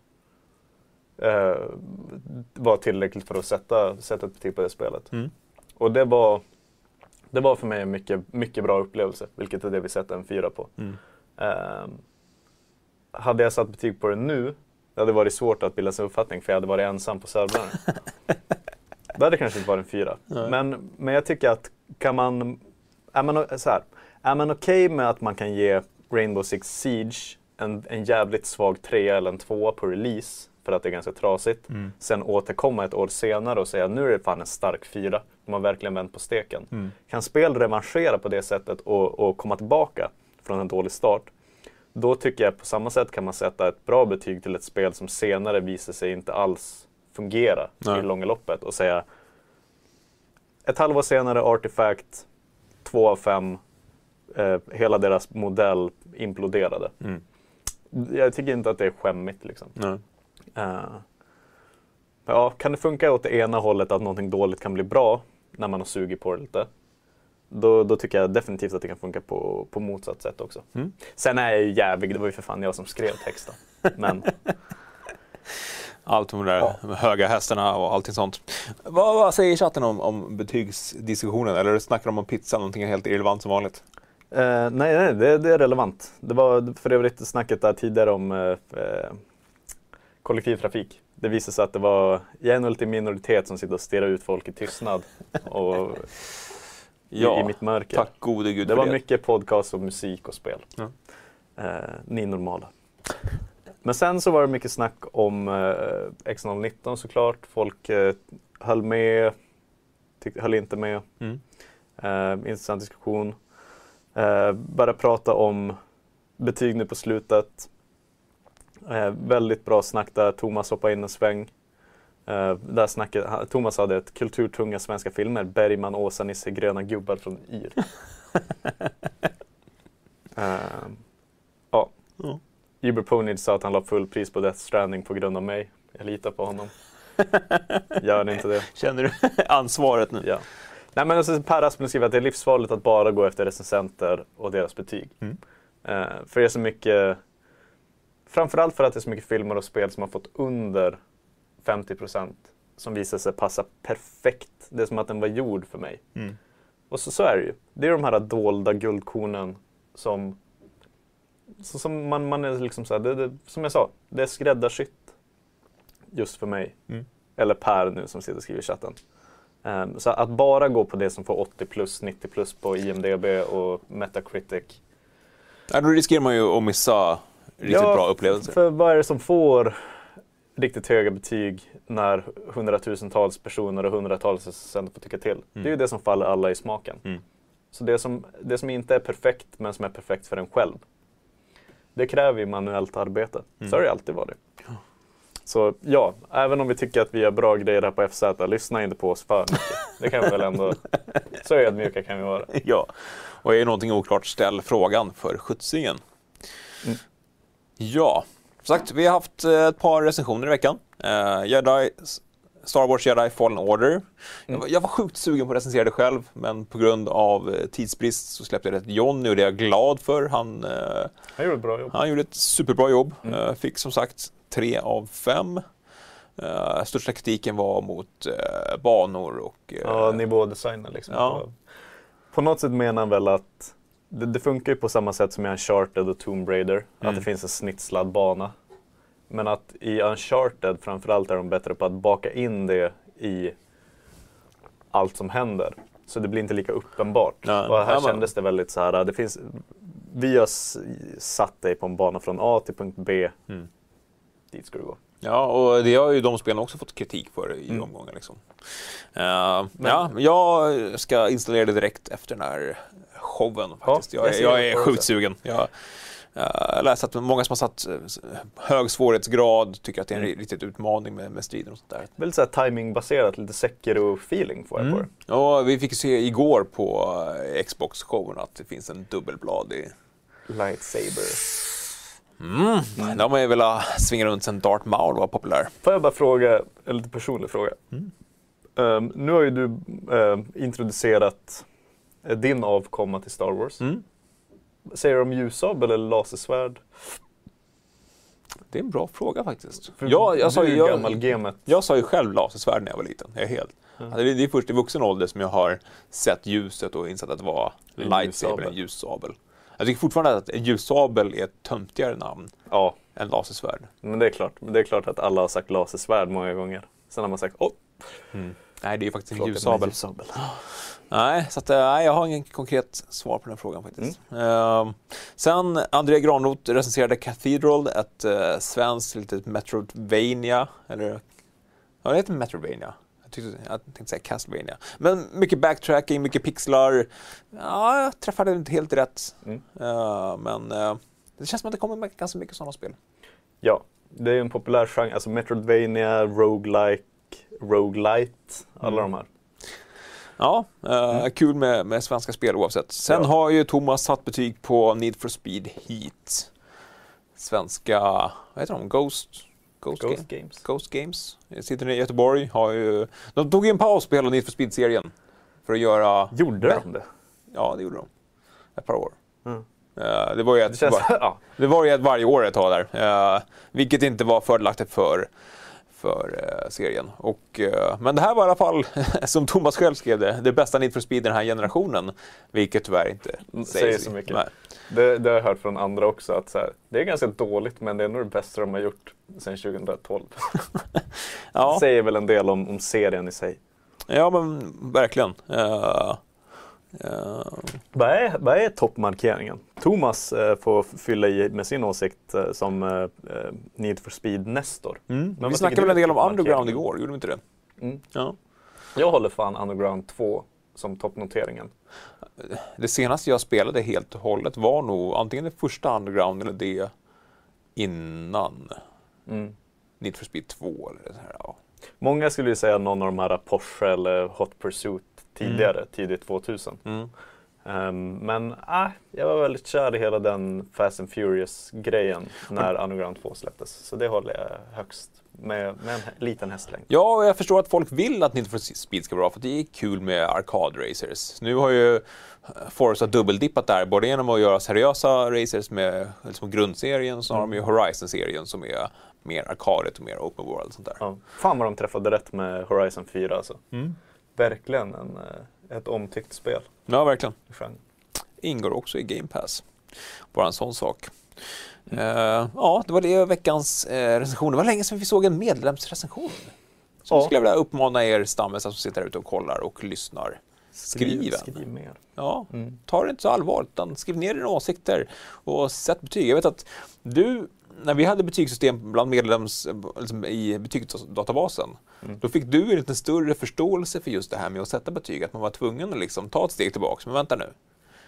var tillräckligt för att sätta ett betyg på det spelet. Och det var för mig en mycket bra upplevelse, vilket är det vi sätter en 4 på. Hade jag satt betyg på det nu, det hade varit svårt att bilda sig uppfattning, för jag hade varit ensam på servrarna. Det hade kanske inte varit en 4. Men jag tycker att är man okej med att man kan ge Rainbow Six Siege en jävligt svag 3 eller en 2 på release, för att det är ganska trasigt. Sen återkomma ett år senare och säga nu är det fan en stark 4. De har verkligen vänt på steken. Kan spel revanschera på det sättet och komma tillbaka från en dålig start, då tycker jag på samma sätt kan man sätta ett bra betyg till ett spel som senare visar sig inte alls fungera i det långa loppet, och säga ett halvår senare Artifact 2 av 5, hela deras modell imploderade. Jag tycker inte att det är skämmigt liksom. Ja, kan det funka åt det ena hållet, att någonting dåligt kan bli bra när man har sugit på det lite, då tycker jag definitivt att det kan funka på motsatt sätt också. Sen är jag ju jävig, det var ju för fan jag som skrev texten. Men allt med de där höga hästarna och allting sånt. Vad säger chatten om betygsdiskussionen? Eller snackar de om pizza, någonting helt irrelevant som vanligt? Nej, det är relevant. Det var för övrigt snacket där tidigare om kollektivtrafik. Det visade sig att det var en liten minoritet som sitter och stirrar ut folk i tystnad och i mitt mörker. Tack gode gud. Det var mycket podcast och musik och spel. Ni normala. Men sen så var det mycket snack om X019 såklart. Folk höll med, höll inte med. Intressant diskussion. Bara prata om betyg nu på slutet. Väldigt bra snack där. Thomas hoppade in en sväng. Där snacket, Thomas hade ett kulturtunga svenska filmer. Bergman, Åsa, Nisse, gröna gubbar från Yr. Uberponid sa att han la full pris på Death Stranding på grund av mig. Jag litar på honom. Gör inte det. Känner du ansvaret nu? Ja. Nej, men alltså, Per Asplund skriver att det är livsfarligt att bara gå efter recensenter och deras betyg. För det är så mycket, framförallt för att det är så mycket filmer och spel som har fått under 50% som visar sig passa perfekt. Det är som att den var gjord för mig. Och så är det ju. Det är de här dolda guldkornen som man är liksom så här, som jag sa, det är skräddarsytt just för mig. Eller Per nu som sitter och skriver i chatten. Så att bara gå på det som får 80+, 90+ på IMDb och Metacritic. Ja, då riskerar man ju att missa riktigt bra upplevelser. För vad är det som får riktigt höga betyg när hundratusentals personer och hundratals recensenter får tycka till? Det är ju det som faller alla i smaken. Så det som inte är perfekt, men som är perfekt för en själv, det kräver ju manuellt arbete. Så har det alltid varit. Så ja, även om vi tycker att vi gör bra grejer här på FZ, lyssna inte på oss för mycket. Det kan vi väl ändå, så ödmjuka kan vi vara. Ja, och är det någonting oklart, ställ frågan för skjutsingen. Ja, som sagt, vi har haft ett par recensioner i veckan. Star Wars Jedi Fallen Order. Jag var sjukt sugen på att recensera det själv, men på grund av tidsbrist så släppte jag det till Johnny, och det är jag glad för. Han gjorde ett bra jobb. Han gjorde ett superbra jobb. Fick som sagt 3 av 5. Största kritiken var mot banor och nivådesignen liksom. På något sätt menar han väl att det funkar ju på samma sätt som i Uncharted och Tomb Raider, att det finns en snitslad bana. Men att i Uncharted framförallt är de bättre på att baka in det i allt som händer. Så det blir inte lika uppenbart. Och här kändes det väldigt så här, vi har satt dig på en bana från A till punkt B. Dit ska du gå. Ja, och det har ju de spelen också fått kritik för i omgången liksom. Jag ska installera det direkt efter den här showen faktiskt. Jag är sjukt sugen. Jag läste att många som har satt hög svårighetsgrad tycker att det är en riktigt utmaning med striden och sånt där. Väldigt så här timingbaserat, lite Sekiro-feeling får jag på det. Ja, vi fick se igår på Xbox-showen att det finns en dubbelbladig lightsaber. De har ju velat svinga runt sen Darth Maul var populär. Får jag bara fråga, en lite personlig fråga. Nu har ju du introducerat din avkomma till Star Wars. Säger de ljussabel eller lasersvärd? Det är en bra fråga faktiskt. Jag sa ju själv lasersvärd när jag var liten. Jag är helt. Alltså, det är först i vuxen ålder som jag har sett ljuset och insett att det var lightsaber, en ljussabel. Jag tycker fortfarande att en ljussabel är ett töntigare namn än lasersvärd. Men det är klart att alla har sagt lasersvärd många gånger. Sen har man sagt Nej, det är ju faktiskt en ljussabel. Nej, så att, jag har ingen konkret svar på den frågan faktiskt. Sen André Granroth recenserade Cathedral, ett svenskt litet Metroidvania, eller ja, det heter Metroidvania. Jag tänkte säga Castlevania. Men mycket backtracking, mycket pixlar. Ja, jag träffade inte helt rätt. Men det känns som att det kommer ganska mycket sådana spel. Ja, det är en populär genre. Alltså Metroidvania, roguelike, roguelite, alla de här. Ja, kul med svenska spel oavsett. Sen har ju Thomas satt betyg på Need for Speed Heat. Svenska, vad heter de? Ghost Games. Sitter i Göteborg. De tog ju en paus på hela Need for Speed-serien. För att göra... Gjorde de det? Ja, det gjorde de. Ett par år. Det var ju ett varje år ett tag där. Vilket inte var fördelaktigt för serien. Men det här var i alla fall, som Thomas själv skrev det bästa Need for Speed den här generationen. Vilket tyvärr inte säger så mycket. Det har jag hört från andra också. Att så här, det är ganska dåligt, men det är nog det bästa de har gjort sedan 2012. Det säger väl en del om serien i sig. Ja, men verkligen. Vad är toppmarkeringen? Thomas får fylla i med sin åsikt som Need for Speed Nestor. Men vi snackade väl en del om Underground igår, gjorde vi inte det? Ja. Jag håller fan Underground 2 som toppnoteringen. Det senaste jag spelade helt och hållet var nog antingen det första Underground eller det innan Need for Speed 2 eller det här. Ja. Många skulle ju säga någon av de här Porsche eller Hot Pursuit tidigt 2000. Men jag var väldigt kär i hela den Fast and Furious-grejen när Underground 2 släpptes. Så det håller jag högst med en liten hästlängd. Ja, och jag förstår att folk vill att Need for Speed ska vara bra, för det är kul med arcade racers. Nu har ju Forza dubbeldippat där, både genom att göra seriösa racers med liksom grundserien, så har de ju Horizon-serien som är mer arkadet och mer open world och sånt där. Ja. Fan vad de träffade rätt med Horizon 4 alltså. Verkligen ett omtyckt spel. Ja, verkligen. Ingår också i Game Pass. Bara en sån sak. Ja, det var det veckans recension. Det var länge sedan vi såg en medlemsrecension. Så skulle jag vilja uppmana er stammes som sitter där ute och kollar och lyssnar. Skriv mer. Ja, ta det inte så allvarligt, utan skriv ner dina åsikter och sätt betyg. Jag vet att du, när vi hade betygssystem bland medlems liksom i betygsdatabasen, då fick du en lite större förståelse för just det här med att sätta betyg, att man var tvungen att liksom ta ett steg tillbaka. Men vänta nu,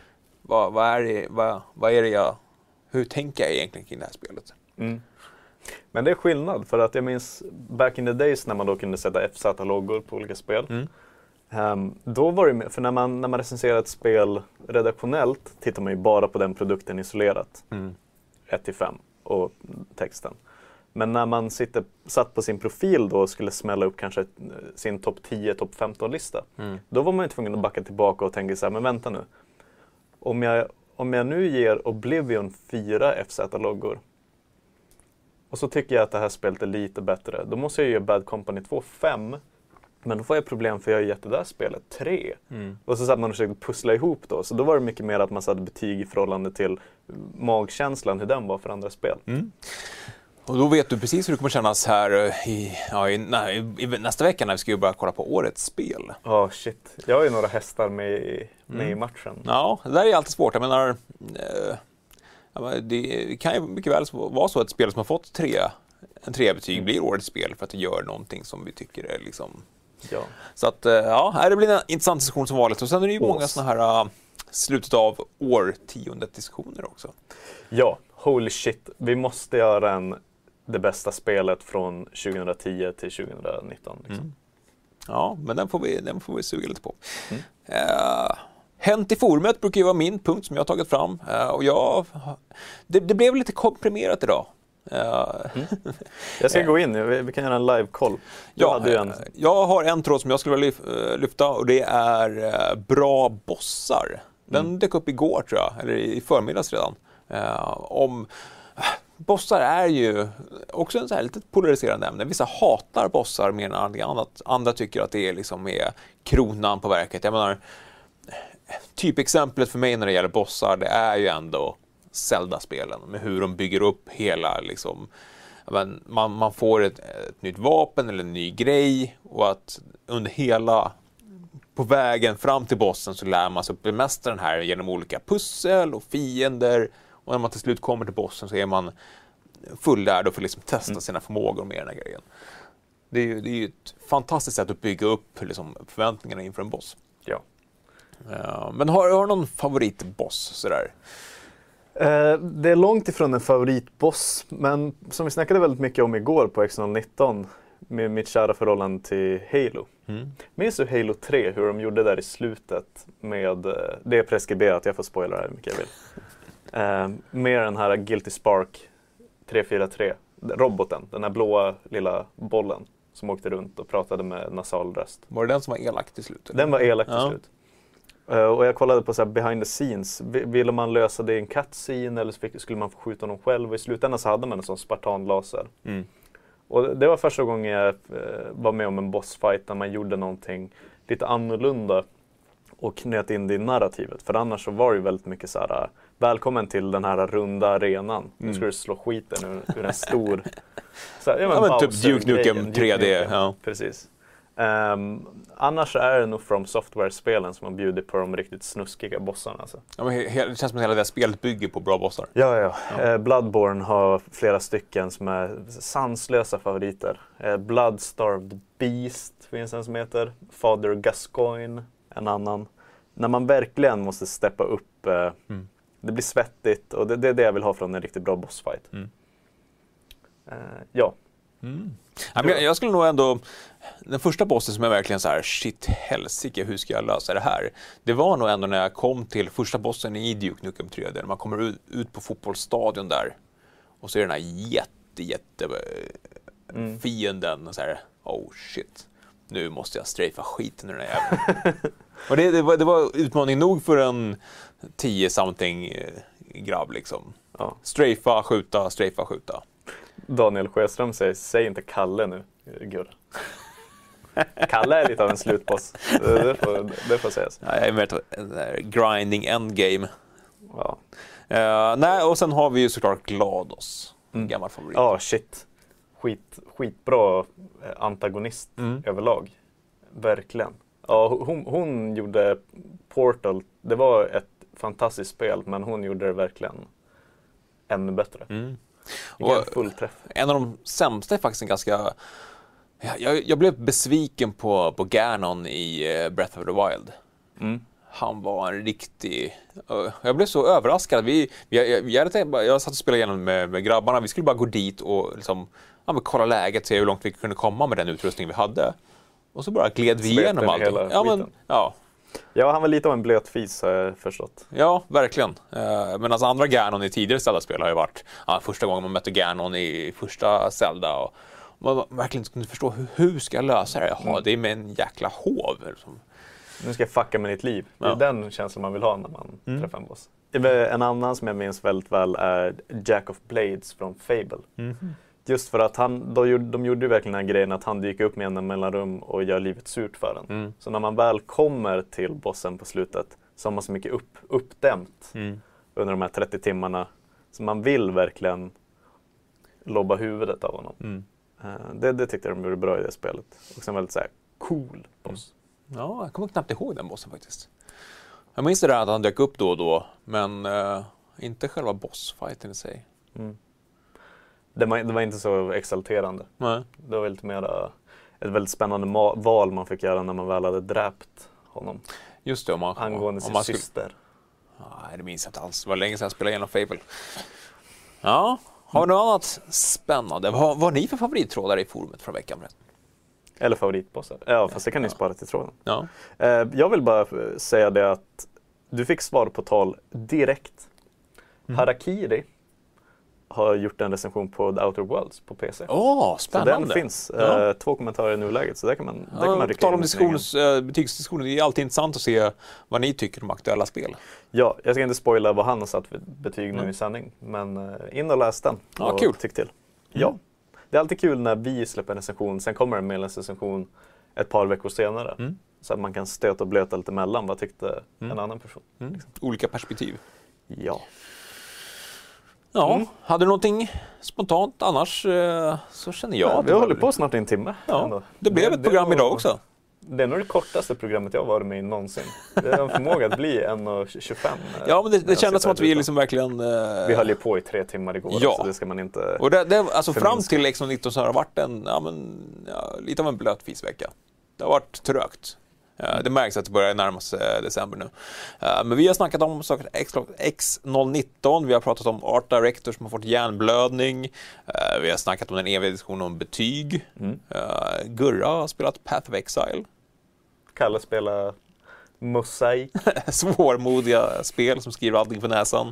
hur tänker jag egentligen kring det här spelet? Men det är skillnad, för att jag minns back in the days när man då kunde sätta FZ-loggor på olika spel. Då var det, för när man recenserar ett spel redaktionellt tittar man ju bara på den produkten isolerat. 1-5 och texten. Men när man satt på sin profil då och skulle smälla upp kanske sin topp 10, topp 15-lista. Då var man ju tvungen att backa tillbaka och tänka så här, men vänta nu. Om jag nu ger Oblivion 4 FZ-loggor och så tycker jag att det här spelet är lite bättre, då måste jag ge Bad Company 2 5. Men då får jag problem för jag har gett det där spelet 3. Och så satt man och försökte pussla ihop då. Så då var det mycket mer att man satte betyg i förhållande till magkänslan, hur den var för andra spel. Och då vet du precis hur det kommer kännas här i nästa vecka när vi ska börja kolla på årets spel. Shit. Jag har ju några hästar med i matchen. Ja, det där är alltid svårt. Jag menar, det kan ju mycket väl vara så att ett spel som har fått en 3-betyg blir årets spel för att det gör någonting som vi tycker är liksom... Ja. Så att, det blir en intressant diskussion som vanligt. Och sen är det ju många såna här slutet av årtiondet-diskussioner också. Ja, holy shit. Vi måste göra det bästa spelet från 2010 till 2019. Liksom. Ja, men den får vi suga lite på. Hänt i forumet brukar ju vara min punkt som jag har tagit fram. Och det blev lite komprimerat idag. Jag ska gå in, vi kan göra en live-koll. Jag har en tråd som jag skulle vilja lyfta, och det är bra bossar. Den dök upp igår tror jag, eller i förmiddags redan. bossar är ju också en så här lite polariserande ämne. Vissa hatar bossar mer än annat. Andra tycker att det är liksom är kronan på verket. Jag menar, typexemplet för mig när det gäller bossar, det är ju ändå Zelda-spelen med hur de bygger upp hela liksom, man får ett nytt vapen eller en ny grej, och att under hela på vägen fram till bossen så lär man sig att bemästra den här genom olika pussel och fiender, och när man till slut kommer till bossen så är man fullärd och får liksom testa sina förmågor med den här grejen. Det är ju ett fantastiskt sätt att bygga upp liksom förväntningarna inför en boss. Ja. Men har du någon favoritboss sådär? Det är långt ifrån en favoritboss, men som vi snackade väldigt mycket om igår på X019 med mitt kära förhållande till Halo. Minns du Halo 3, hur de gjorde där i slutet med, det är preskriberat, jag får spoila här hur mycket jag vill. Med den här Guilty Spark 343, roboten, den här blåa lilla bollen som åkte runt och pratade med nasal röst. Var det den som var elak till slut? Eller? Den var elak till slut. Och jag kollade på så här behind the scenes. Ville man lösa det i en cutscene eller skulle man få skjuta honom själv? Och i slutändan så hade man en sån spartanlaser. Och det var första gången jag var med om en bossfight där man gjorde någonting lite annorlunda och knöt in det i narrativet. För annars så var det ju väldigt mycket så här: välkommen till den här runda arenan. Nu ska du slå skiten ur en stor... Så här, men typ Duke Nukem 3D. Ja. Precis. Annars är det nog From Software-spelen som har bjudit på de riktigt snuskiga bossarna. Alltså. Ja, men det känns som att hela det spelet bygger på bra bossar. Ja. Bloodborne har flera stycken som är sanslösa favoriter. Bloodstarved Beast finns en som heter. Father Gascoigne, en annan. När man verkligen måste steppa upp, det blir svettigt, och det är det jag vill ha från en riktigt bra bossfight. Ja. Ja, men jag skulle nog ändå, den första bossen som är verkligen så här, shit helsike, hur ska jag lösa det här? Det var nog ändå när jag kom till första bossen i Duke Nukem 3D, när man kommer ut på fotbollsstadion där och så är den här jätte fienden och så här, oh shit, nu måste jag strafa skiten ur den här jäveln. Och det var utmaning nog för en 10-something grabb liksom. Ja. Strafa, skjuta. Daniel Sjöström säger, säg inte Kalle nu, Gurra. Kalle är lite av en slutboss, det får sägas. Ja, jag är med grinding endgame. Ja. Nej, och sen har vi ju såklart GLaDOS, gammal favorit. Ja, shit. Skitbra antagonist överlag. Verkligen. Ja, hon gjorde Portal, det var ett fantastiskt spel, men hon gjorde det verkligen ännu bättre. Och full träff. En av de sämsta är faktiskt en ganska... Jag blev besviken på Ganon i Breath of the Wild. Han var en riktig... Jag blev så överraskad. Jag satt och spelade igenom med grabbarna. Vi skulle bara gå dit och liksom, kolla läget, se hur långt vi kunde komma med den utrustning vi hade. Och så bara gled vi igenom allting. Ja, han var lite av en blöt fis, har jag förstått. Ja, verkligen. Men alltså andra Ganon i tidigare Zelda-spel har ju varit första gången man mötte Ganon i första Zelda. Och man verkligen inte kunde förstå hur ska jag lösa det? Jaha, det är med en jäkla hov. Liksom. Nu ska jag fucka med ditt liv. Det är den känslan man vill ha när man träffar en boss. En annan som jag minns väldigt väl är Jack of Blades från Fable. Just för att de gjorde ju verkligen den här grejen att han dyker upp med en mellanrum och gör livet surt för en. Så när man väl kommer till bossen på slutet så har man så mycket uppdämt under de här 30 timmarna. Så man vill verkligen lobba huvudet av honom. Det tyckte jag de gjorde bra i det spelet. Och en väldigt så här cool boss. Ja, jag kommer knappt ihåg den bossen faktiskt. Jag minns det där att han dök upp då och då, men inte själva bossfighten i sig. Det var inte så exalterande. Nej. Det var lite mer ett väldigt spännande val man fick göra när man väl hade dräpt honom. Just det, angående sin syster. Nej, det minns jag inte alls. Det var länge sedan jag spelade igenom Fable. Ja, har vi något annat spännande? Vad har ni för favorittrådar i forumet från veckan? Eller favoritbossar. Ja, fast det kan ni spara till tråden. Ja. Jag vill bara säga det att du fick svar på tal direkt. Harakiri har gjort en recension på The Outer Worlds på PC. Spännande. Så den finns. 2 kommentarer i nuläget, så där kan man rycka in. Betygsdiskussioner, det är alltid intressant att se vad ni tycker om aktuella spel. Ja, jag ska inte spoila vad han har satt för betyg nu i sändning, men in och läs den och kul. Tyck till. Ja, det är alltid kul när vi släpper en recension, sen kommer en medlemsrecension ett par veckor senare. Så att man kan stöta och blöta lite mellan. Vad tyckte en annan person? Liksom. Olika perspektiv. Ja. Ja, hade du någonting spontant annars så känner jag att vi håller på snart i en timme. Ja, det blev ett program idag också. Det är nog det kortaste programmet jag varit med i någonsin. Det har en förmåga att bli 1:25. Ja, men det kändes som att vi liksom verkligen... Vi höll ju på i 3 timmar igår, så det ska man inte... Och alltså fram till X19 så har det varit lite av en blöt fisvecka. Det har varit trögt. Det märks att det börjar närma sig december nu. Men vi har snackat om X019, vi har pratat om Art Director som har fått hjärnblödning. Vi har snackat om den eviga diskussionen om betyg. Gurra har spelat Path of Exile. Kalle spelar Mosaic. Svårmodiga spel som skriver allting för näsan.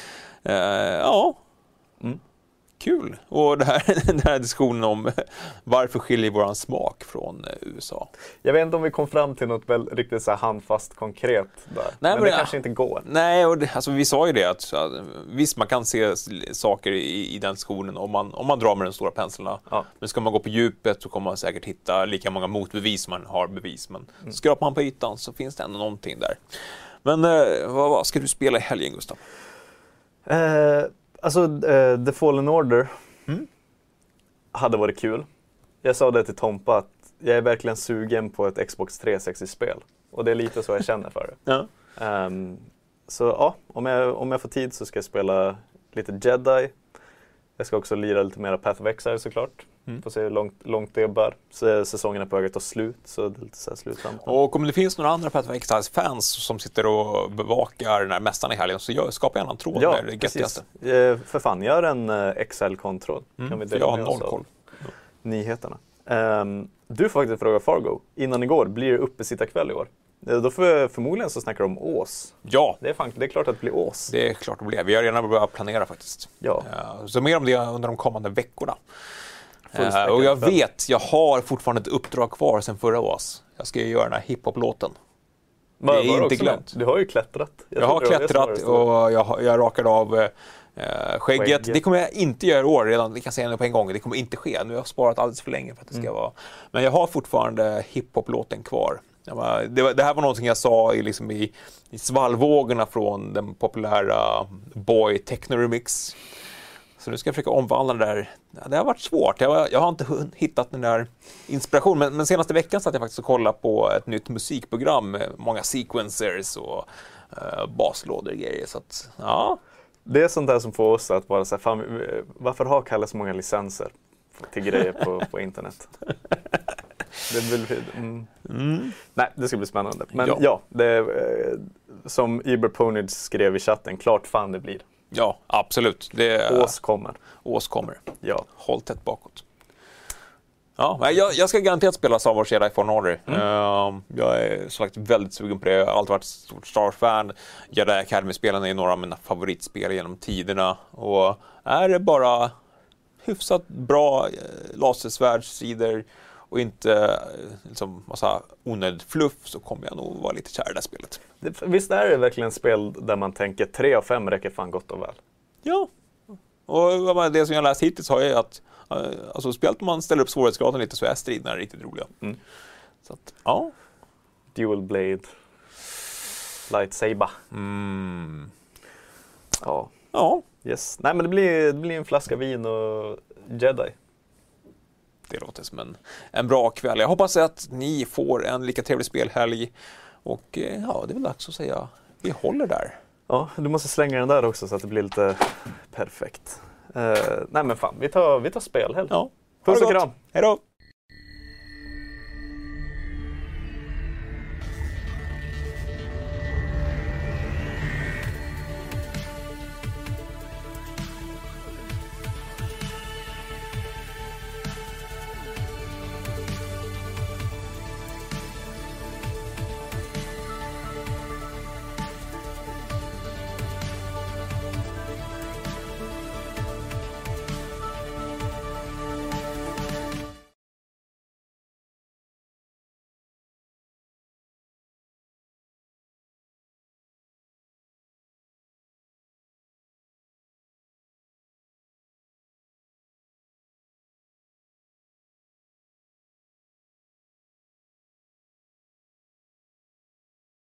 Kul. Och den här diskussionen om varför skiljer våran smak från USA. Jag vet inte om vi kom fram till något väl riktigt så här handfast konkret där. Nej, men det kanske inte går. Nej, och alltså, vi sa ju det att visst man kan se saker i den diskussionen om man drar med den stora penseln. Ja. Men ska man gå på djupet så kommer man säkert hitta lika många motbevis som man har bevis. Men skrapar man på ytan så finns det ändå någonting där. Men vad ska du spela i helgen, Gustav? Alltså, The Fallen Order hade varit kul. Jag sa det till Tompa att jag är verkligen sugen på ett Xbox 360-spel. Och det är lite så jag känner för det. Så ja, om jag får tid så ska jag spela lite Jedi. Jag ska också lira lite mer Path of Exile såklart. Får se hur långt det bär. Säsongen är på väg att ta slut, så det är lite så här slutsamt. Och om det finns några andra Path of Exile-fans som sitter och bevakar den här mässan i helgen så skapa gärna en tråd med det göttigaste. För fan, gör en Excel-kontroll. Kan vi dela med oss av nyheterna. Du får faktiskt fråga Fargo. Innan igår, blir det uppesittarkväll i år? Då förmodligen så snackar de om Ås. Ja. Det är klart att det blir Ås. Det är klart det blir. Vi har redan börjat planera faktiskt. Ja. Så mer om det under de kommande veckorna. Och jag har fortfarande ett uppdrag kvar sen förra Ås. Jag ska ju göra den här hiphop-låten. Det är inte glömt. Du har ju klättrat. Jag har klättrat och jag rakade av skägget. Det kommer jag inte göra i år redan. Vi kan säga det på en gång. Det kommer inte ske. Nu har jag sparat alldeles för länge för att det ska vara. Men jag har fortfarande hiphop-låten kvar. Det här var någonting jag sa i svallvågorna från den populära Boy Techno Remix. Så nu ska jag försöka omvandla det där. Det har varit svårt. Jag har inte hittat den där inspirationen. Men senaste veckan satt jag faktiskt och kollade på ett nytt musikprogram med många sequencers och baslådor och grejer. Så att, ja. Det är sånt där som får oss att vara så här, fan, varför har Kalle så många licenser till grejer på internet? Nej, det ska bli spännande. Men det som Iberponid skrev i chatten, klart fan det blir. Ja, absolut. Ås kommer. Ja. Håll tätt bakåt. Ja, jag ska garanterat spela Star Wars Jedi Fallen Order. Jag är så sagt väldigt sugen på det. Jag har alltid varit ett stort Star Wars-fan. Jedi Academy-spelen är några av mina favoritspel genom tiderna. Och är det bara hyfsat bra lasersvärdssidor och inte massa onödigt fluff, så kommer jag nog vara lite kär i det här spelet. Visst är det verkligen ett spel där man tänker 3 av 5 räcker fan gott och väl? Ja, och det som jag läst hittills har jag att spelet man ställer upp svårighetsgraden lite så är striderna riktigt roliga. Så att, ja. Dual Blade. Lightsaber. Ja. Yes. Nej, men det blir en flaska vin och Jedi. Det låter som en bra kväll. Jag hoppas att ni får en lika trevlig spelhelg. Och det är väl dags att säga vi håller där. Ja, du måste slänga den där också så att det blir lite perfekt. Nej men fan, vi tar spelhelg. Ja. Puss och kram. Hej då!